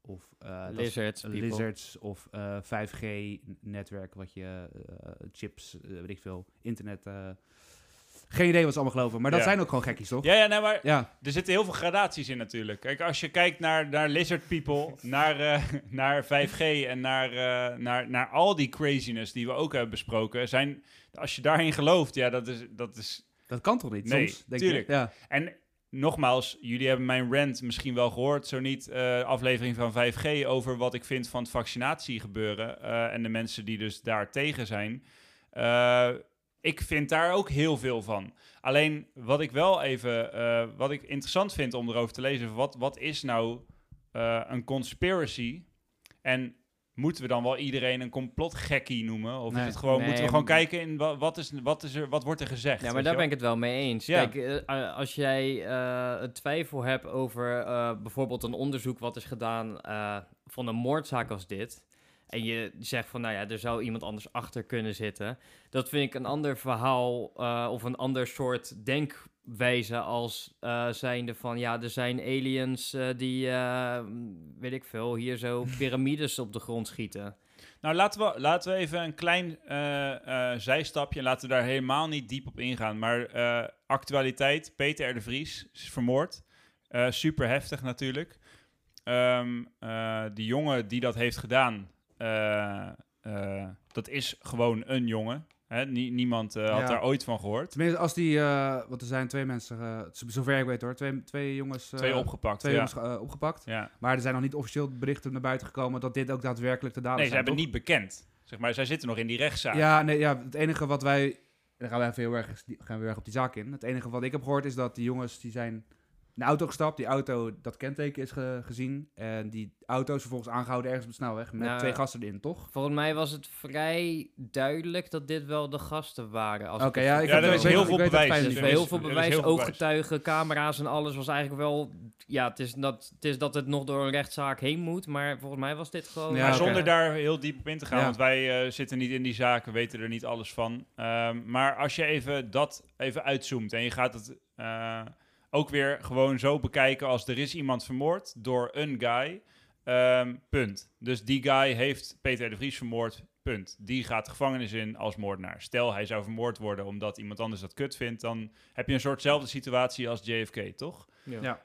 of Lizards, people. lizards of 5G-netwerk, wat je chips, weet ik veel, internet. Geen idee wat ze allemaal geloven, maar dat zijn ook gewoon gekkies, toch? Ja, nee, maar Ja. er zitten heel veel gradaties in natuurlijk. Kijk, als je kijkt naar Lizard People, naar 5G en naar al die craziness die we ook hebben besproken, als je daarin gelooft, ja, dat is... Dat kan toch niet? Nee, soms, denk tuurlijk. je. Ja. En nogmaals, jullie hebben mijn rant misschien wel gehoord, zo niet aflevering van 5G over wat ik vind van het vaccinatiegebeuren en de mensen die dus daar tegen zijn. Ik vind daar ook heel veel van. Alleen wat ik wel even, wat ik interessant vind om erover te lezen, wat is nou een conspiracy? En moeten we dan wel iedereen een complotgekkie nomen? Of Nee. is het gewoon, Nee, moeten we gewoon kijken in wat wordt er gezegd? Ja, maar weet daar je ben ik het wel mee eens. Ja. Kijk, als jij een twijfel hebt over bijvoorbeeld een onderzoek wat is gedaan van een moordzaak als dit, en je zegt van, nou ja, er zou iemand anders achter kunnen zitten, dat vind ik een ander verhaal of een ander soort denkwijze als zijnde van, ja, er zijn aliens die, weet ik veel, hier zo piramides op de grond schieten. Nou, laten we even een klein zijstapje, en laten we daar helemaal niet diep op ingaan. Maar actualiteit, Peter R. de Vries is vermoord. Super heftig natuurlijk. Die jongen die dat heeft gedaan, dat is gewoon een jongen. Hè? Niemand had daar ooit van gehoord. Tenminste, als die... want er zijn 2 mensen, zover ik weet hoor, twee jongens... 2 opgepakt. Twee ja. jongens opgepakt. Ja. Maar er zijn nog niet officieel berichten naar buiten gekomen dat dit ook daadwerkelijk de dader Nee, ze zijn, hebben toch? niet bekend. Zeg maar, zij zitten nog in die rechtszaak. Ja, nee, ja, het enige wat wij... En dan gaan we even heel erg op die zaak in. Het enige wat ik heb gehoord is dat die jongens die zijn in de auto gestapt. Die auto, dat kenteken is gezien. En die auto is vervolgens aangehouden ergens op de snelweg. Met Nou, 2 gasten erin, toch? Volgens mij was het vrij duidelijk dat dit wel de gasten waren. Als Oké, ik het ja, ik Ja, heb er is ik heel weet veel het bewijs. feit Er niet. is Er is- heel veel er is bewijs, heel veel bewijs. ooggetuigen, camera's en alles was eigenlijk wel... Ja, het is dat het nog door een rechtszaak heen moet, maar volgens mij was dit gewoon... Ja, Maar oké. zonder daar heel diep op in te gaan, Ja. want wij zitten niet in die zaken, weten er niet alles van. Maar als je even uitzoomt en je gaat het ook weer gewoon zo bekijken als er is iemand vermoord door een guy, punt. Dus die guy heeft Peter R. de Vries vermoord, punt. Die gaat de gevangenis in als moordenaar. Stel, hij zou vermoord worden omdat iemand anders dat kut vindt, dan heb je een soortzelfde situatie als JFK, toch? Ja.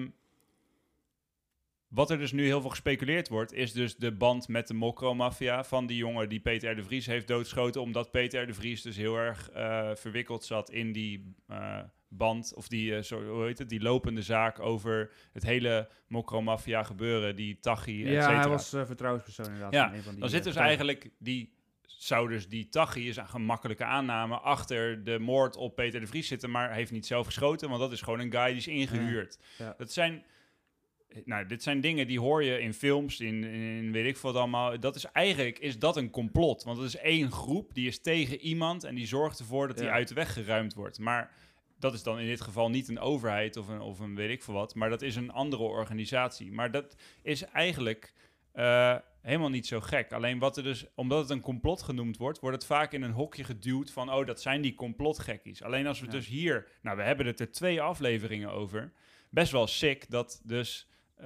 Wat er dus nu heel veel gespeculeerd wordt, is dus de band met de Mokro-maffia van die jongen die Peter R. de Vries heeft doodgeschoten, omdat Peter R. de Vries dus heel erg verwikkeld zat in die band, of die lopende zaak over het hele Mokro-maffia gebeuren, die Taghi, et Ja, cetera. hij was vertrouwenspersoon inderdaad. Ja, van een van die, Dan zit dus getuigen. eigenlijk die Taghi is een gemakkelijke aanname achter de moord op Peter de Vries zitten, maar heeft niet zelf geschoten, want dat is gewoon een guy die is ingehuurd. Ja. Dit zijn dingen die hoor je in films, in weet ik veel wat allemaal. Dat is eigenlijk dat een complot, want dat is één groep die is tegen iemand en die zorgt ervoor dat hij uit de weg geruimd wordt. Maar dat is dan in dit geval niet een overheid of een weet ik veel wat, maar dat is een andere organisatie. Maar dat is eigenlijk helemaal niet zo gek. Alleen omdat het een complot genoemd wordt, wordt het vaak in een hokje geduwd van, oh, dat zijn die complotgekkies. Alleen als we dus hier, we hebben het er 2 afleveringen over, best wel sick dat dus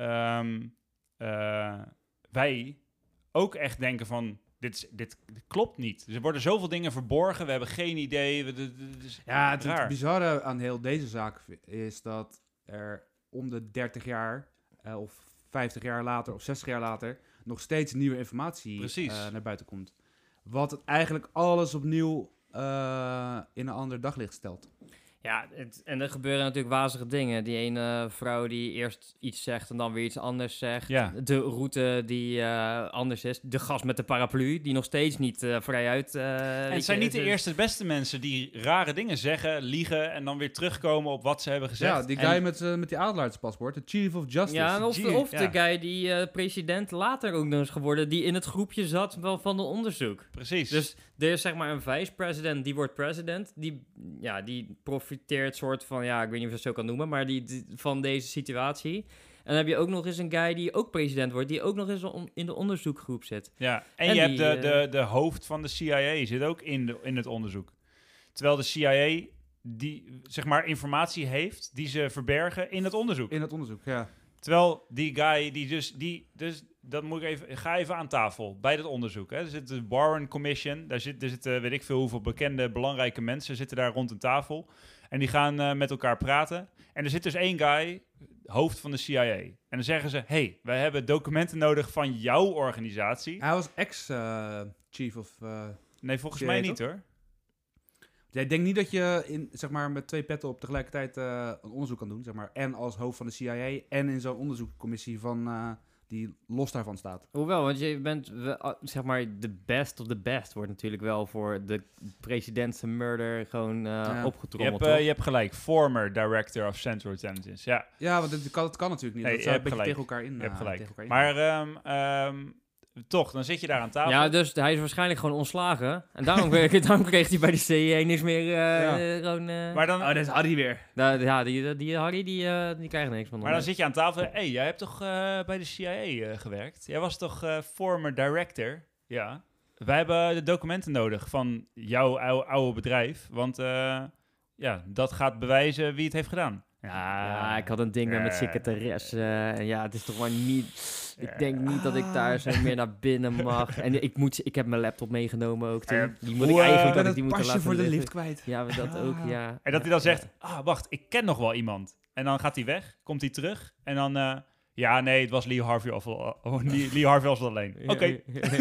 wij ook echt denken van, dit klopt niet. Er worden zoveel dingen verborgen, we hebben geen idee. Het bizarre aan heel deze zaak is dat er om de 30 jaar of 50 jaar later of 60 jaar later nog steeds nieuwe informatie naar buiten komt. Wat het eigenlijk alles opnieuw in een ander daglicht stelt. Ja, en er gebeuren natuurlijk wazige dingen. Die ene vrouw die eerst iets zegt en dan weer iets anders zegt. Ja. De route die anders is. De gast met de paraplu, die nog steeds niet vrijuit... en het zijn niet de eerste beste mensen die rare dingen zeggen, liegen en dan weer terugkomen op wat ze hebben gezegd. Ja, die guy met die adelaarspaspoort, de Chief of Justice. Ja, of de guy die president later ook nog is geworden, die in het groepje zat wel van het onderzoek. Precies. Dus er is zeg maar een vice-president, die wordt president. Die profiteert soort van, ik weet niet of je het zo kan noemen, maar die van deze situatie. En dan heb je ook nog eens een guy die ook president wordt, die ook nog eens in de onderzoekgroep zit. Ja, en je hebt de hoofd van de CIA zit ook in het onderzoek. Terwijl de CIA die, zeg maar, informatie heeft die ze verbergen in het onderzoek. In het onderzoek, ja. Terwijl die guy, dus dat moet ik even, ga even aan tafel bij dat onderzoek. Hè. Er zit de Warren Commission, daar zitten weet ik veel hoeveel bekende, belangrijke mensen zitten daar rond een tafel. En die gaan met elkaar praten. En er zit dus één guy, hoofd van de CIA. En dan zeggen ze, hey, wij hebben documenten nodig van jouw organisatie. Hij was ex-chief of... Nee, volgens CIA mij toch? niet hoor. Jij denkt niet dat je zeg maar, met 2 petten op tegelijkertijd een onderzoek kan doen, zeg maar, en als hoofd van de CIA en in zo'n onderzoekscommissie van die los daarvan staat. Hoewel, want je bent, zeg maar, de best of the best wordt natuurlijk wel voor de presidentse murder gewoon opgetrommeld, toch? Je hebt gelijk, former director of Central Intelligence, ja. Ja, want het kan natuurlijk niet. Nee, dat je zou een hebt beetje gelijk. tegen elkaar in. Je hebt gelijk. tegen elkaar in. Maar toch, dan zit je daar aan tafel. Ja, dus hij is waarschijnlijk gewoon ontslagen. En daarom kreeg hij bij de CIA niks meer gewoon... Maar dan, Oh, dat is Harry weer. die Harry, die krijgt niks van. maar dan zit je aan tafel. Hey, jij hebt toch bij de CIA gewerkt? Jij was toch former director? Ja. Wij hebben de documenten nodig van jouw oude bedrijf. Want dat gaat bewijzen wie het heeft gedaan. Ja, ik had een ding met mijn secretaresse. En ja, het is toch maar niet... Ik denk niet dat ik daar zo meer naar binnen mag. En ik heb mijn laptop meegenomen ook toen. Die moet ik eigenlijk dat ik die moeten laten voor de liggen. lift kwijt. Ja, maar dat ook, ja. En dat hij dan zegt, wacht, ik ken nog wel iemand. En dan gaat hij weg, komt hij terug. En dan, ja, nee, het was Lee Harvey Oswald. Lee Harvey Oswald alleen. Oké.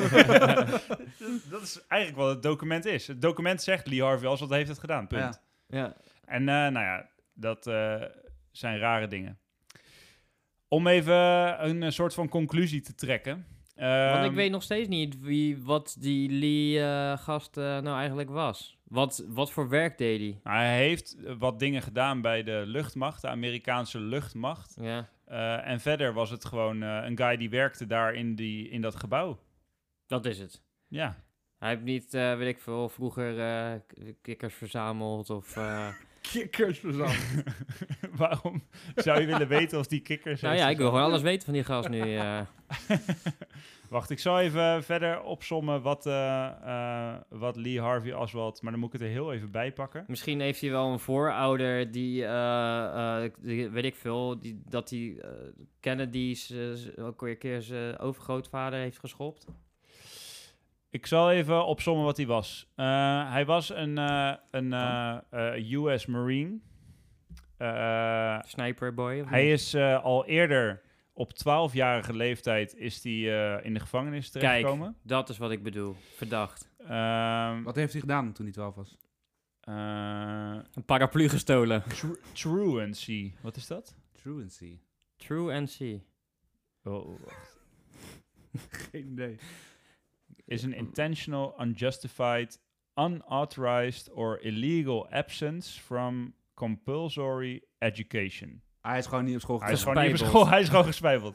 Dat is eigenlijk wat het document is. Het document zegt Lee Harvey Oswald heeft het gedaan, punt. Ja. En nou ja, dat zijn rare dingen. Om even een soort van conclusie te trekken. Want ik weet nog steeds niet wat die Lee-gast nou eigenlijk was. Wat voor werk deed hij? Hij heeft wat dingen gedaan bij de luchtmacht, de Amerikaanse luchtmacht. Ja. En verder was het gewoon een guy die werkte daar in dat gebouw. Dat is het. Ja. Hij heeft niet, weet ik veel, vroeger kikkers verzameld of... Kikkers verzameld. Waarom zou je willen weten of die kikkers... Nou ja, ik wil gewoon alles weten van die gast nu. Wacht, ik zal even verder opsommen wat Lee Harvey Oswald... Maar dan moet ik het er heel even bij pakken. Misschien heeft hij wel een voorouder die weet ik veel, dat hij Kennedy's ook een keer zijn overgrootvader heeft geschopt. Ik zal even opsommen wat hij was. Hij was een US Marine. Sniperboy? Of Hij niet? is al eerder op 12-jarige leeftijd is hij in de gevangenis terechtgekomen. Kijk, dat is wat ik bedoel. Verdacht. Wat heeft hij gedaan toen hij 12 was? Een paraplu gestolen. Truancy. Wat is dat? Truancy. Truancy. Oh, wacht. Geen idee. Is an intentional, unjustified, unauthorized or illegal absence from compulsory education. Hij is gewoon niet op school Hij is gegaan. gewoon niet op school, hij is gewoon gespijbeld.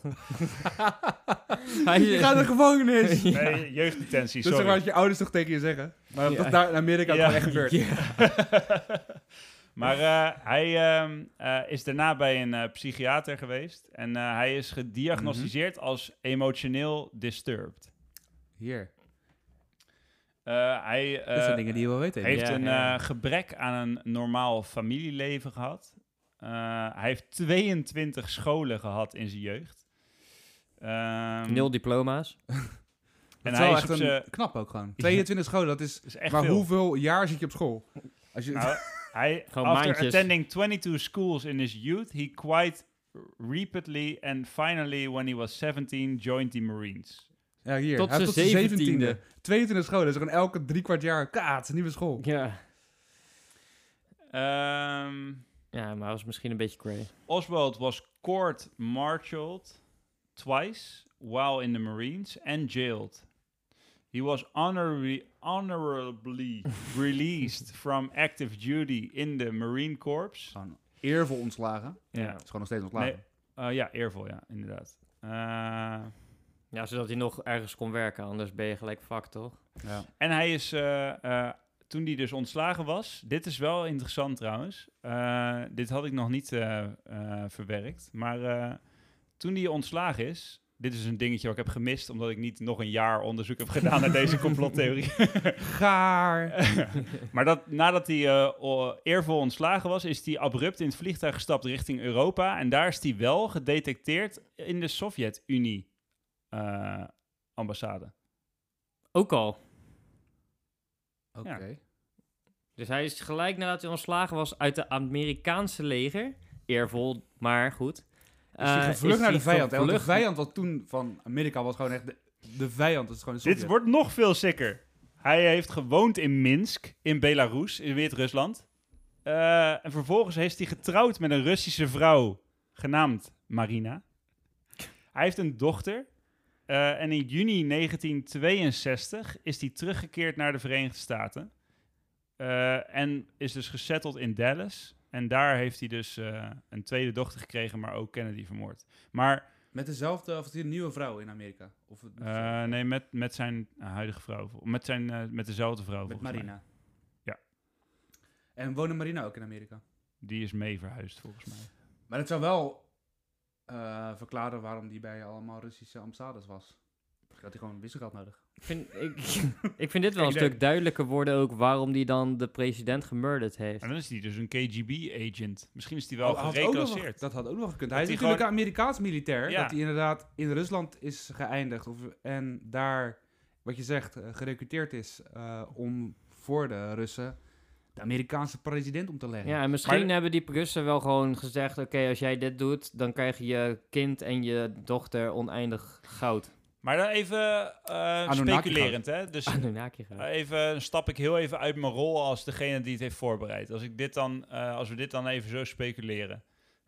Je gaat naar de gevangenis. Nee, jeugddetentie, Dat is sorry. zeg maar wat je ouders toch tegen je zeggen. Maar dat Ja. is daar in Amerika Ja. gewoon echt gebeurd. Maar hij is daarna bij een psychiater geweest. En hij is gediagnosticeerd als emotioneel disturbed. Hier. Hij Dat zijn dingen die je wel weet. heeft Ja, een ja. gebrek aan een normaal familieleven gehad. Hij heeft 22 scholen gehad in zijn jeugd. 0 diploma's. En Dat is hij wel is echt op een zijn... knap ook gewoon. 22 scholen, dat is... is echt Maar veel. hoeveel jaar zit je op school? Als je, Nou, hij, Gewoon after maandjes. attending 22 schools in his youth, he quite repeatedly and finally, when he was 17, joined the Marines. ja, hier. Tot Hij heeft zijn tot zijn 17e. 22 scholen, dus gewoon elke 3/4 jaar. Kaat, nieuwe school. Ja. Ehm, Ja, maar hij was misschien een beetje cray. Oswald was court-martialed twice while in the Marines and jailed. He was honorably released from active duty in the Marine Corps. Gewoon eervol ontslagen. Ja. Het is gewoon nog steeds ontslagen. Ja, eervol, ja, inderdaad. Ja, zodat hij nog ergens kon werken, anders ben je gelijk fucked, toch? Ja. En hij is, toen hij dus ontslagen was... Dit is wel interessant trouwens. Dit had ik nog niet verwerkt. Maar toen hij ontslagen is... dit is een dingetje wat ik heb gemist, omdat ik niet nog een jaar onderzoek heb gedaan naar deze complottheorie. Gaar. Maar nadat hij eervol ontslagen was, is hij abrupt in het vliegtuig gestapt richting Europa. En daar is hij wel gedetecteerd in de Sovjet-Unie ambassade. Ook al. Oké. Ja. Dus hij is gelijk nadat hij ontslagen was uit de Amerikaanse leger. Eervol, maar goed. Is hij gevlucht naar de vijand? Hè? Want de gevlucht- vijand wat toen van Amerika was gewoon echt de vijand. Dat is gewoon de Sovjet. Dit wordt nog veel sicker. Hij heeft gewoond in Minsk, in Belarus, in Wit-Rusland. En vervolgens heeft hij getrouwd met een Russische vrouw, genaamd Marina. Hij heeft een dochter. En in juni 1962 is hij teruggekeerd naar de Verenigde Staten. En is dus gesetteld in Dallas. En daar heeft hij dus een tweede dochter gekregen, maar ook Kennedy vermoord. Maar Met dezelfde, of is hij een nieuwe vrouw in Amerika? Of nee, met zijn huidige vrouw. Met dezelfde vrouw, met volgens mij. Marina? Ja. En woonde Marina ook in Amerika? Die is mee verhuisd, volgens mij. Maar het zou wel verklaren waarom die bij allemaal Russische ambassades was. Had hij gewoon wisselgeld nodig. Ik vind dit wel een Geen idee. stuk duidelijker worden ook waarom die dan de president gemurderd heeft. En dan is hij dus een KGB-agent. Misschien is hij wel Oh, had ook nog- gereclasseerd. dat had ook nog gekund. Dat Hij is hij natuurlijk een Amerikaans militair. Ja. Dat hij inderdaad in Rusland is geëindigd. En daar, wat je zegt, gerecruiteerd is om voor de Russen de Amerikaanse president om te leggen. Ja, en misschien Maar- hebben die Russen wel gewoon gezegd... Oké, als jij dit doet, dan krijg je je kind en je dochter oneindig goud. Maar dan even speculerend, hè? Dus Anunnaki goud. stap ik heel even uit mijn rol als degene die het heeft voorbereid. Als we dit dan even zo speculeren.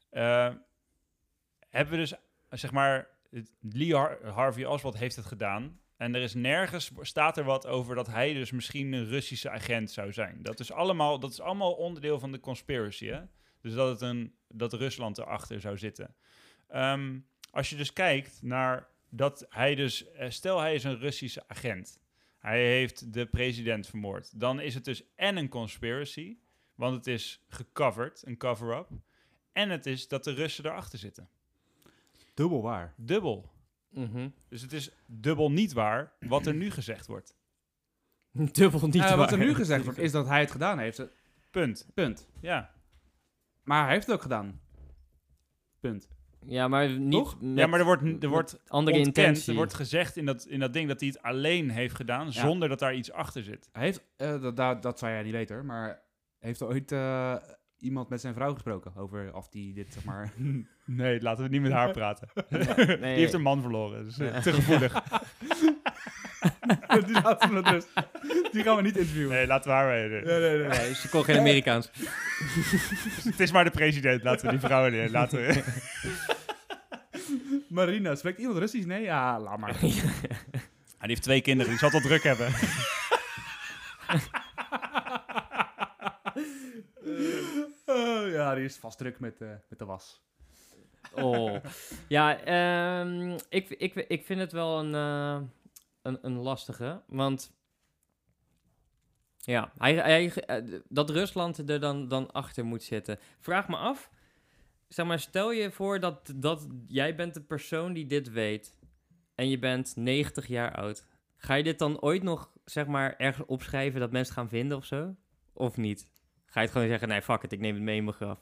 Hebben we dus, zeg maar, Lee Harvey Oswald heeft het gedaan. En er is nergens, staat er wat over dat hij dus misschien een Russische agent zou zijn. Dat is allemaal onderdeel van de conspiracy, hè? Dus dat Rusland erachter zou zitten. Als je dus kijkt naar dat hij dus, stel hij is een Russische agent. Hij heeft de president vermoord. Dan is het dus en een conspiracy, want het is gecoverd, een cover-up. En het is dat de Russen erachter zitten. Dubbel waar. Dubbel. Mhm. Dus het is dubbel niet waar wat er nu gezegd wordt. Dubbel niet waar. Wat er nu gezegd wordt, is dat hij het gedaan heeft. Punt. Punt. Ja. Maar hij heeft het ook gedaan. Punt. Ja, maar niet Toch? met Ja, maar er wordt andere ontkend. intentie. Er wordt gezegd in dat ding dat hij het alleen heeft gedaan, zonder dat daar iets achter zit. Hij heeft, dat zou jij niet weten hoor, maar heeft er ooit iemand met zijn vrouw gesproken over of die dit, zeg maar... Nee, laten we niet met haar praten. Nee. Die heeft een man verloren, dus te gevoelig. die laten we met rust. Die gaan we niet interviewen. Nee, laten we haar weten. Nee, ze kon geen Amerikaans. Het is maar de president, laten we die vrouwen neer. Laten we... Marina, spreekt iemand Russisch? Nee? Ja, laat maar. Hij heeft 2 kinderen, die zal het wel druk hebben. Ja, die is vast druk met de was. Oh. Ja, ik vind het wel een lastige. Want ja, dat Rusland er dan achter moet zitten. Vraag me af, zeg maar, stel je voor dat jij bent de persoon die dit weet. En je bent 90 jaar oud. Ga je dit dan ooit nog, zeg maar, ergens opschrijven dat mensen gaan vinden of zo? Of niet? Ga je het gewoon zeggen, nee, fuck it, ik neem het mee in mijn graf.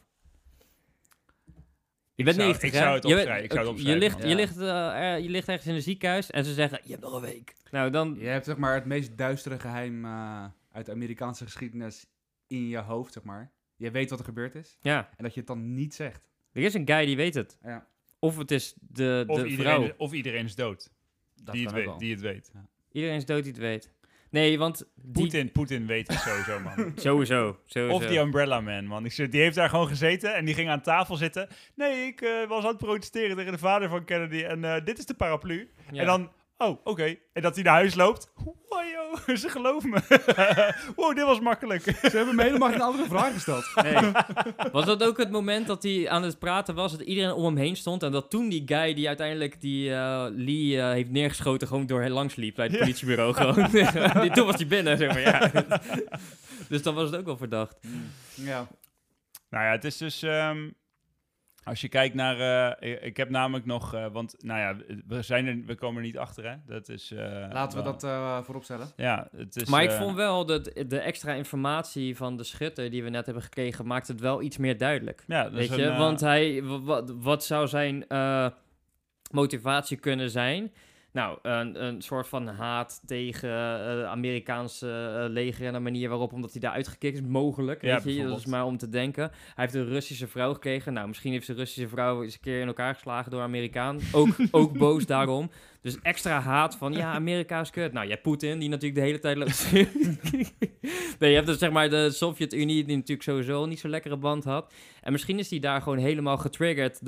Je bent 90, ik hè? zou het Je bent- opschrijven, ik zou het Je opschrijven, ligt, man. je ligt ergens in een ziekenhuis en ze zeggen, je hebt nog een week. Nou, dan... Je hebt zeg maar het meest duistere geheim uit de Amerikaanse geschiedenis in je hoofd, zeg maar. Je weet wat er gebeurd is. Ja, En dat je het dan niet zegt. er is een guy die weet het. Ja, Of het is de vrouw. Of iedereen is dood, dat die kan ook wel. het weet. Iedereen is dood die het weet. Nee, want Poetin weet het sowieso, man. Sowieso. Of die Umbrella Man, man. Die heeft daar gewoon gezeten en die ging aan tafel zitten. Nee, ik was aan het protesteren tegen de vader van Kennedy en dit is de paraplu. Ja. En dan, oh, oké. En dat hij naar huis loopt. Wow, joh, ze geloven me. Wow, dit was makkelijk. Ze hebben me helemaal geen andere vraag gesteld. Nee. Was dat ook het moment dat hij aan het praten was, dat iedereen om hem heen stond en dat toen die guy die uiteindelijk die Lee heeft neergeschoten gewoon door langs liep bij het politiebureau gewoon. Toen was hij binnen, zeg maar, ja. Dus dan was het ook wel verdacht. Ja. Nou ja, het is dus... Als je kijkt naar... ik heb namelijk nog... want, nou ja, we komen er niet achter, hè. Dat is... Laten we dat voorop stellen. Ja, het is... Maar ik vond wel dat de extra informatie van de schutter die we net hebben gekregen, maakt het wel iets meer duidelijk. Ja, dat Weet is je, want wat zou zijn motivatie kunnen zijn? Nou, een soort van haat tegen Amerikaanse leger en de manier waarop, omdat hij daar uitgekikt is, mogelijk. Ja, Weet je, dat is bijvoorbeeld. maar om te denken. Hij heeft een Russische vrouw gekregen. Nou, misschien heeft de Russische vrouw eens een keer in elkaar geslagen door een Amerikaan. Ook boos daarom. Dus extra haat van, ja, Amerika is kut. Nou, jij Poetin, die natuurlijk de hele tijd loopt. Nee, je hebt dus zeg maar de Sovjet-Unie, die natuurlijk sowieso niet zo'n lekkere band had. En misschien is die daar gewoon helemaal getriggerd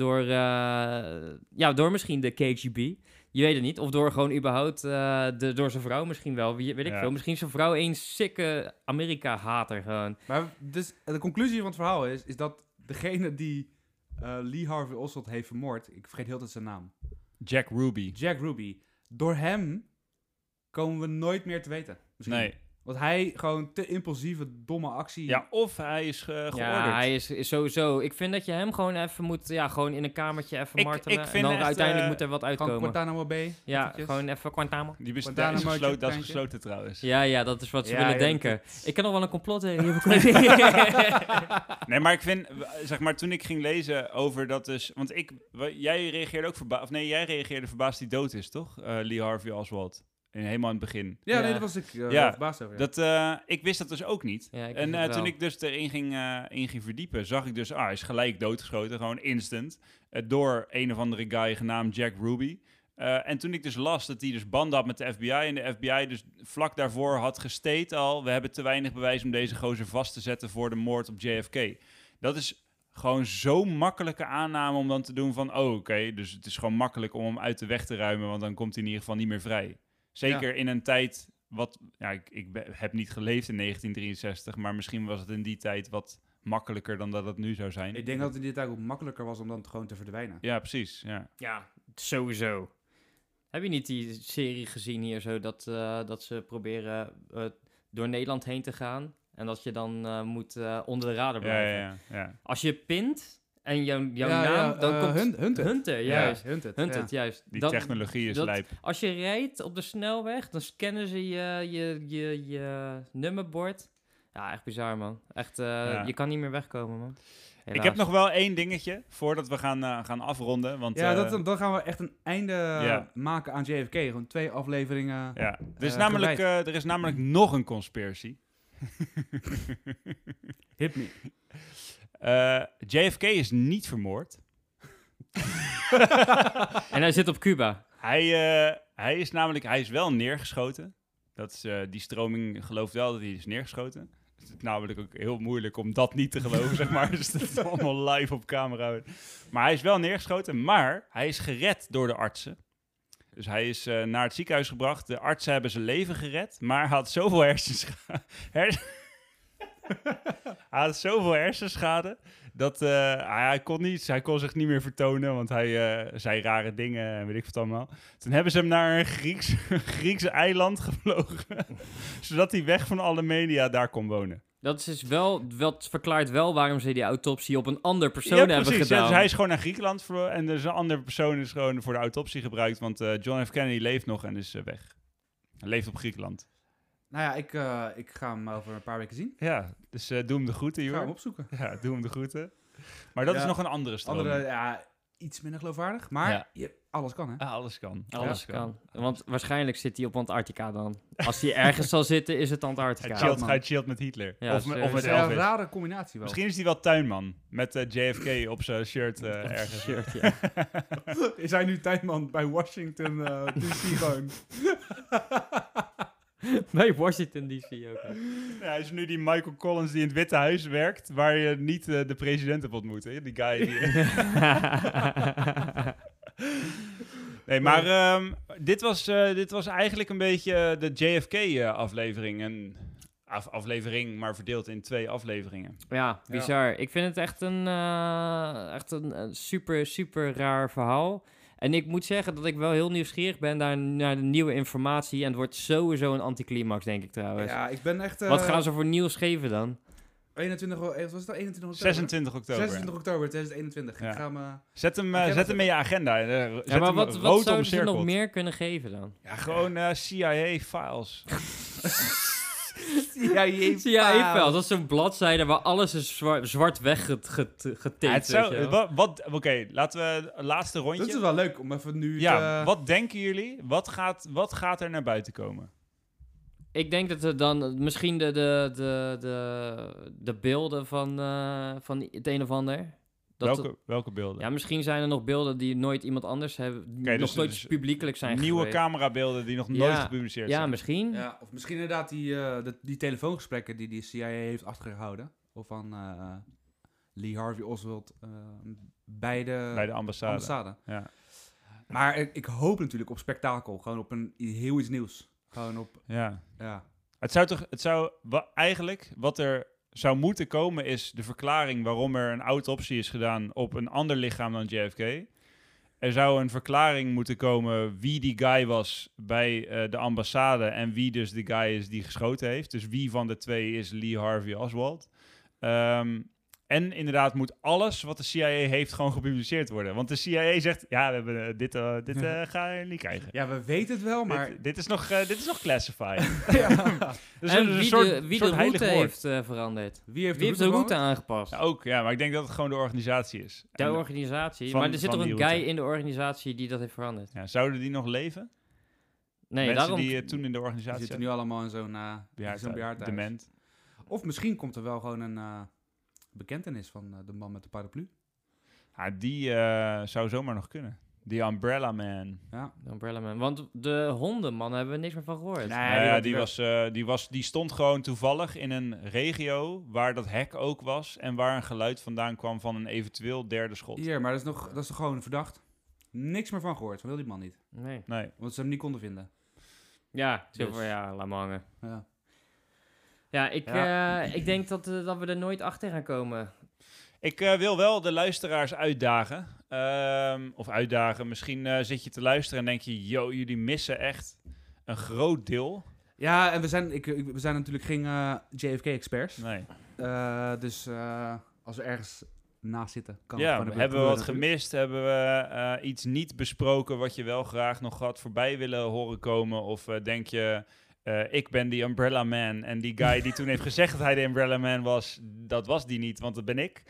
door misschien de KGB. Je weet het niet. Of door gewoon überhaupt door zijn vrouw misschien wel. Weet ik veel. Misschien is zijn vrouw een sikke Amerika-hater gewoon. Maar dus de conclusie van het verhaal is dat degene die Lee Harvey Oswald heeft vermoord, ik vergeet heel tijd zijn naam, Jack Ruby. Jack Ruby, door hem komen we nooit meer te weten. Misschien. Nee. Want hij gewoon te impulsieve, domme actie. Ja, of hij is georderd. Ja, hij is sowieso... Ik vind dat je hem gewoon even moet... Ja, gewoon in een kamertje even martelen. ik vind en dan echt, uiteindelijk moet er wat Gewoon uitkomen. Guantanamo Bay. Ja, eventjes. gewoon even Guantanamo. Die is Guantanamo gesloten, dat is tandje. gesloten trouwens. Ja, dat is wat ze Ja, willen ja, denken. Ik kan nog wel een complot hierover. Nee, maar ik vind, zeg maar, toen ik ging lezen over dat dus... Want jij reageerde ook verbaasd... Of nee, jij reageerde verbaasd die dood is, toch? Lee Harvey Oswald. Helemaal aan het begin. Ja, Ja. nee, daar was ik Ja, verbaasd over. Ik wist dat dus ook niet. Ja, ik En wist het toen wel. ik dus erin ging verdiepen, zag ik dus... hij is gelijk doodgeschoten, gewoon instant. Door een of andere guy genaamd Jack Ruby. En toen ik dus las dat hij dus banden had met de FBI... en de FBI dus vlak daarvoor had gestate al... we hebben te weinig bewijs om deze gozer vast te zetten... voor de moord op JFK. Dat is gewoon zo'n makkelijke aanname om dan te doen van... oké, dus het is gewoon makkelijk om hem uit de weg te ruimen... want dan komt hij in ieder geval niet meer vrij. Zeker in een tijd wat... Ja, ik heb niet geleefd in 1963... maar misschien was het in die tijd wat makkelijker dan dat het nu zou zijn. Ik denk dat het in dit tijd ook makkelijker was om dan gewoon te verdwijnen. Ja, precies. Ja. Ja, sowieso. Heb je niet die serie gezien hier zo... dat ze proberen door Nederland heen te gaan... en dat je dan moet onder de radar blijven? Ja. Als je pint en jouw naam... dan komt Hunter, juist. Hunted, Juist. Die Dat- technologie is dat- lijp. Als je rijdt op de snelweg, dan scannen ze je nummerbord. Ja, echt bizar, man. Echt, je kan niet meer wegkomen, man. Ik Helaas. heb nog wel één dingetje voordat we gaan afronden. Want, Ja, dan gaan we echt een einde maken aan JFK. Gewoon 2 afleveringen. ja. Er is namelijk nog een conspiracy. Hit me. JFK is niet vermoord. En hij zit op Cuba. Hij is wel neergeschoten. Dat is, die stroming gelooft wel dat hij is neergeschoten. Het is namelijk ook heel moeilijk om dat niet te geloven, zeg maar. Dus dat is allemaal live op camera. Maar hij is wel neergeschoten, maar hij is gered door de artsen. Dus hij is naar het ziekenhuis gebracht. De artsen hebben zijn leven gered, maar hij had zoveel hersenschade dat hij kon zich niet meer vertonen, want hij zei rare dingen en weet ik wat allemaal. Toen hebben ze hem naar een Grieks eiland gevlogen, zodat hij weg van alle media daar kon wonen. Dat is wat verklaart wel waarom ze die autopsie op een ander persoon hebben gedaan. Ja, dus hij is gewoon naar Griekenland en dus een andere persoon is gewoon voor de autopsie gebruikt, want John F. Kennedy leeft nog en is weg. Hij leeft op Griekenland. Nou ja, ik ga hem over een paar weken zien. Ja, dus doe hem de groeten, Ik ga joh. hem opzoeken. Ja, doe hem de groeten. Maar dat is nog een andere stroming. Iets minder geloofwaardig, maar Ja. alles kan, hè? Alles kan. Alles kan. Want waarschijnlijk zit hij op Antarctica dan. Als hij ergens zal zitten, is het Antarctica. Hij chillt met Hitler. Ja, of met sowieso. Dat is een Elvis. rare combinatie wel. Misschien is hij wel tuinman. Met JFK op zijn shirt ergens. Shirt, ja. Is hij nu tijdman bij Washington DC gewoon? Bij Washington D.C. ook. Ja, hij is nu die Michael Collins die in het Witte Huis werkt, waar je niet de president hebt ontmoet. Hè? Die guy die... Nee, maar dit was eigenlijk een beetje de JFK-aflevering. Aflevering, maar verdeeld in 2 afleveringen. Ja, bizar. Ik vind het echt een super, super raar verhaal. En ik moet zeggen dat ik wel heel nieuwsgierig ben naar de nieuwe informatie. En het wordt sowieso een anticlimax, denk ik trouwens. Ja, ik ben echt... Wat gaan ze voor nieuws geven dan? 21, was het al 21 oktober? 26 oktober. 26 oktober 2021. Ja. Ik ga me... Zet hem in je agenda. Ja, maar wat zouden ze nog meer kunnen geven dan? Ja, gewoon CIA-files. CIA-files, dat is zo'n bladzijde waar alles is zwart weggetaped. Ja, Oké, laten we het laatste rondje. Dat is wel leuk om even nu wat denken jullie? Wat gaat er naar buiten komen? Ik denk dat er dan misschien de beelden van het een of ander... Welke beelden? Ja, misschien zijn er nog beelden die nooit iemand anders hebben... nog nooit dus publiekelijk zijn nieuwe geweest. camerabeelden die nog nooit gepubliceerd zijn. Ja, misschien. Ja, of misschien inderdaad die telefoongesprekken die de CIA heeft achtergehouden. Of van Lee Harvey Oswald bij de ambassade. Ja. Maar ik hoop natuurlijk op spektakel. Gewoon op heel iets nieuws. Gewoon op... Ja. Ja. Eigenlijk wat er zou moeten komen is de verklaring waarom er een autopsie is gedaan op een ander lichaam dan JFK. Er zou een verklaring moeten komen wie die guy was bij de ambassade en wie dus de guy is die geschoten heeft. Dus wie van de twee is Lee Harvey Oswald. En inderdaad moet alles wat de CIA heeft gewoon gepubliceerd worden. Want de CIA zegt, ja, we hebben dit ga je niet krijgen. Ja, we weten het wel, maar... Dit is nog classified. Dus en wie de route heeft veranderd. Wie heeft de route aangepast? Ja, ook, ja, maar ik denk dat het gewoon de organisatie is. De organisatie? Maar er zit toch een guy in de organisatie die dat heeft veranderd? Ja, zouden die nog leven? Nee, mensen daarom... die toen in de organisatie zitten nu allemaal in zo'n bejaardhuis. Dement. Of misschien komt er wel gewoon een... bekentenis van de man met de paraplu. Ja, die zou zomaar nog kunnen. Die Umbrella Man. Ja, de Umbrella Man. Want de hondenman hebben we niks meer van gehoord. Nee, die stond gewoon toevallig in een regio waar dat hek ook was en waar een geluid vandaan kwam van een eventueel derde schot. Hier, maar dat is toch gewoon verdacht? Niks meer van gehoord. Van wil die man niet. Nee. Want ze hem niet konden vinden. Ja, laat me hangen. Ja. Ja, ik denk dat we er nooit achter gaan komen. Ik wil wel de luisteraars uitdagen. Misschien zit je te luisteren en denk je... Yo, jullie missen echt een groot deel. Ja, en we zijn natuurlijk geen JFK-experts. Nee. Dus als we ergens naast zitten... hebben we wat gemist? Hebben we iets niet besproken... wat je wel graag nog had voorbij willen horen komen? Of denk je... ik ben die Umbrella Man. En die guy die toen heeft gezegd dat hij de Umbrella Man was, dat was die niet, want dat ben ik.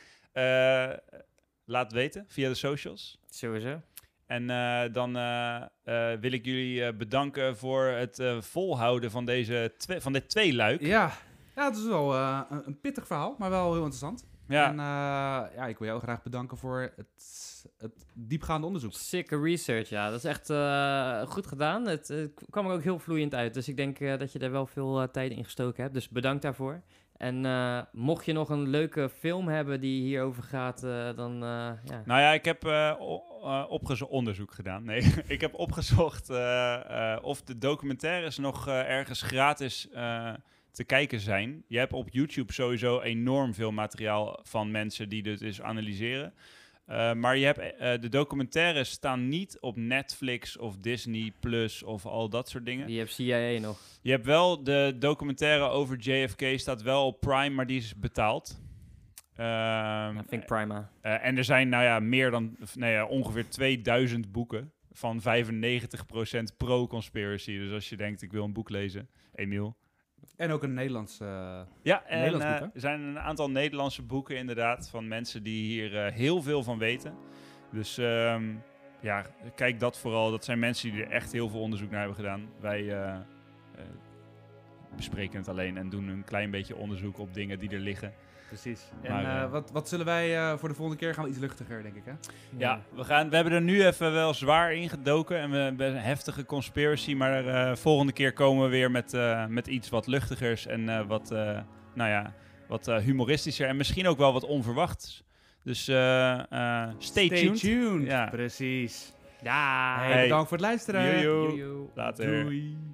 Laat het weten via de socials. Sowieso. En dan wil ik jullie bedanken voor het volhouden van dit tweeluik. Ja, het is wel een pittig verhaal, maar wel heel interessant. Ja. En ik wil jou graag bedanken voor het diepgaande onderzoek. Sikke research, ja. Dat is echt goed gedaan. Het kwam er ook heel vloeiend uit. Dus ik denk dat je er wel veel tijd in gestoken hebt. Dus bedankt daarvoor. En mocht je nog een leuke film hebben die hierover gaat, dan ja. Nou ja, ik heb onderzoek gedaan. Nee, ik heb opgezocht of de documentaires nog ergens gratis te kijken zijn. Je hebt op YouTube sowieso enorm veel materiaal van mensen die dit dus analyseren. Maar je hebt, de documentaires staan niet op Netflix of Disney Plus of al dat soort dingen. Die hebt CIA nog. Je hebt wel de documentaire over JFK, staat wel op Prime, maar die is betaald. Dat vind ik prima. En er zijn meer dan ongeveer 2000 boeken van 95% pro-conspiracy. Dus als je denkt, ik wil een boek lezen, Emiel. En ook een Nederlands Nederlands boek, er zijn een aantal Nederlandse boeken inderdaad van mensen die hier heel veel van weten. Dus kijk dat vooral. Dat zijn mensen die er echt heel veel onderzoek naar hebben gedaan. Wij bespreken het alleen en doen een klein beetje onderzoek op dingen die er liggen. Precies. En wat zullen wij voor de volgende keer gaan we iets luchtiger, denk ik, hè? Ja, we hebben er nu even wel zwaar in gedoken en we hebben een heftige conspiracy, maar volgende keer komen we weer met iets wat luchtigers en wat humoristischer en misschien ook wel wat onverwachts. Dus stay tuned. Ja. Precies. Ja. Hey, bedankt voor het luisteren. Jojo. Later. Doei.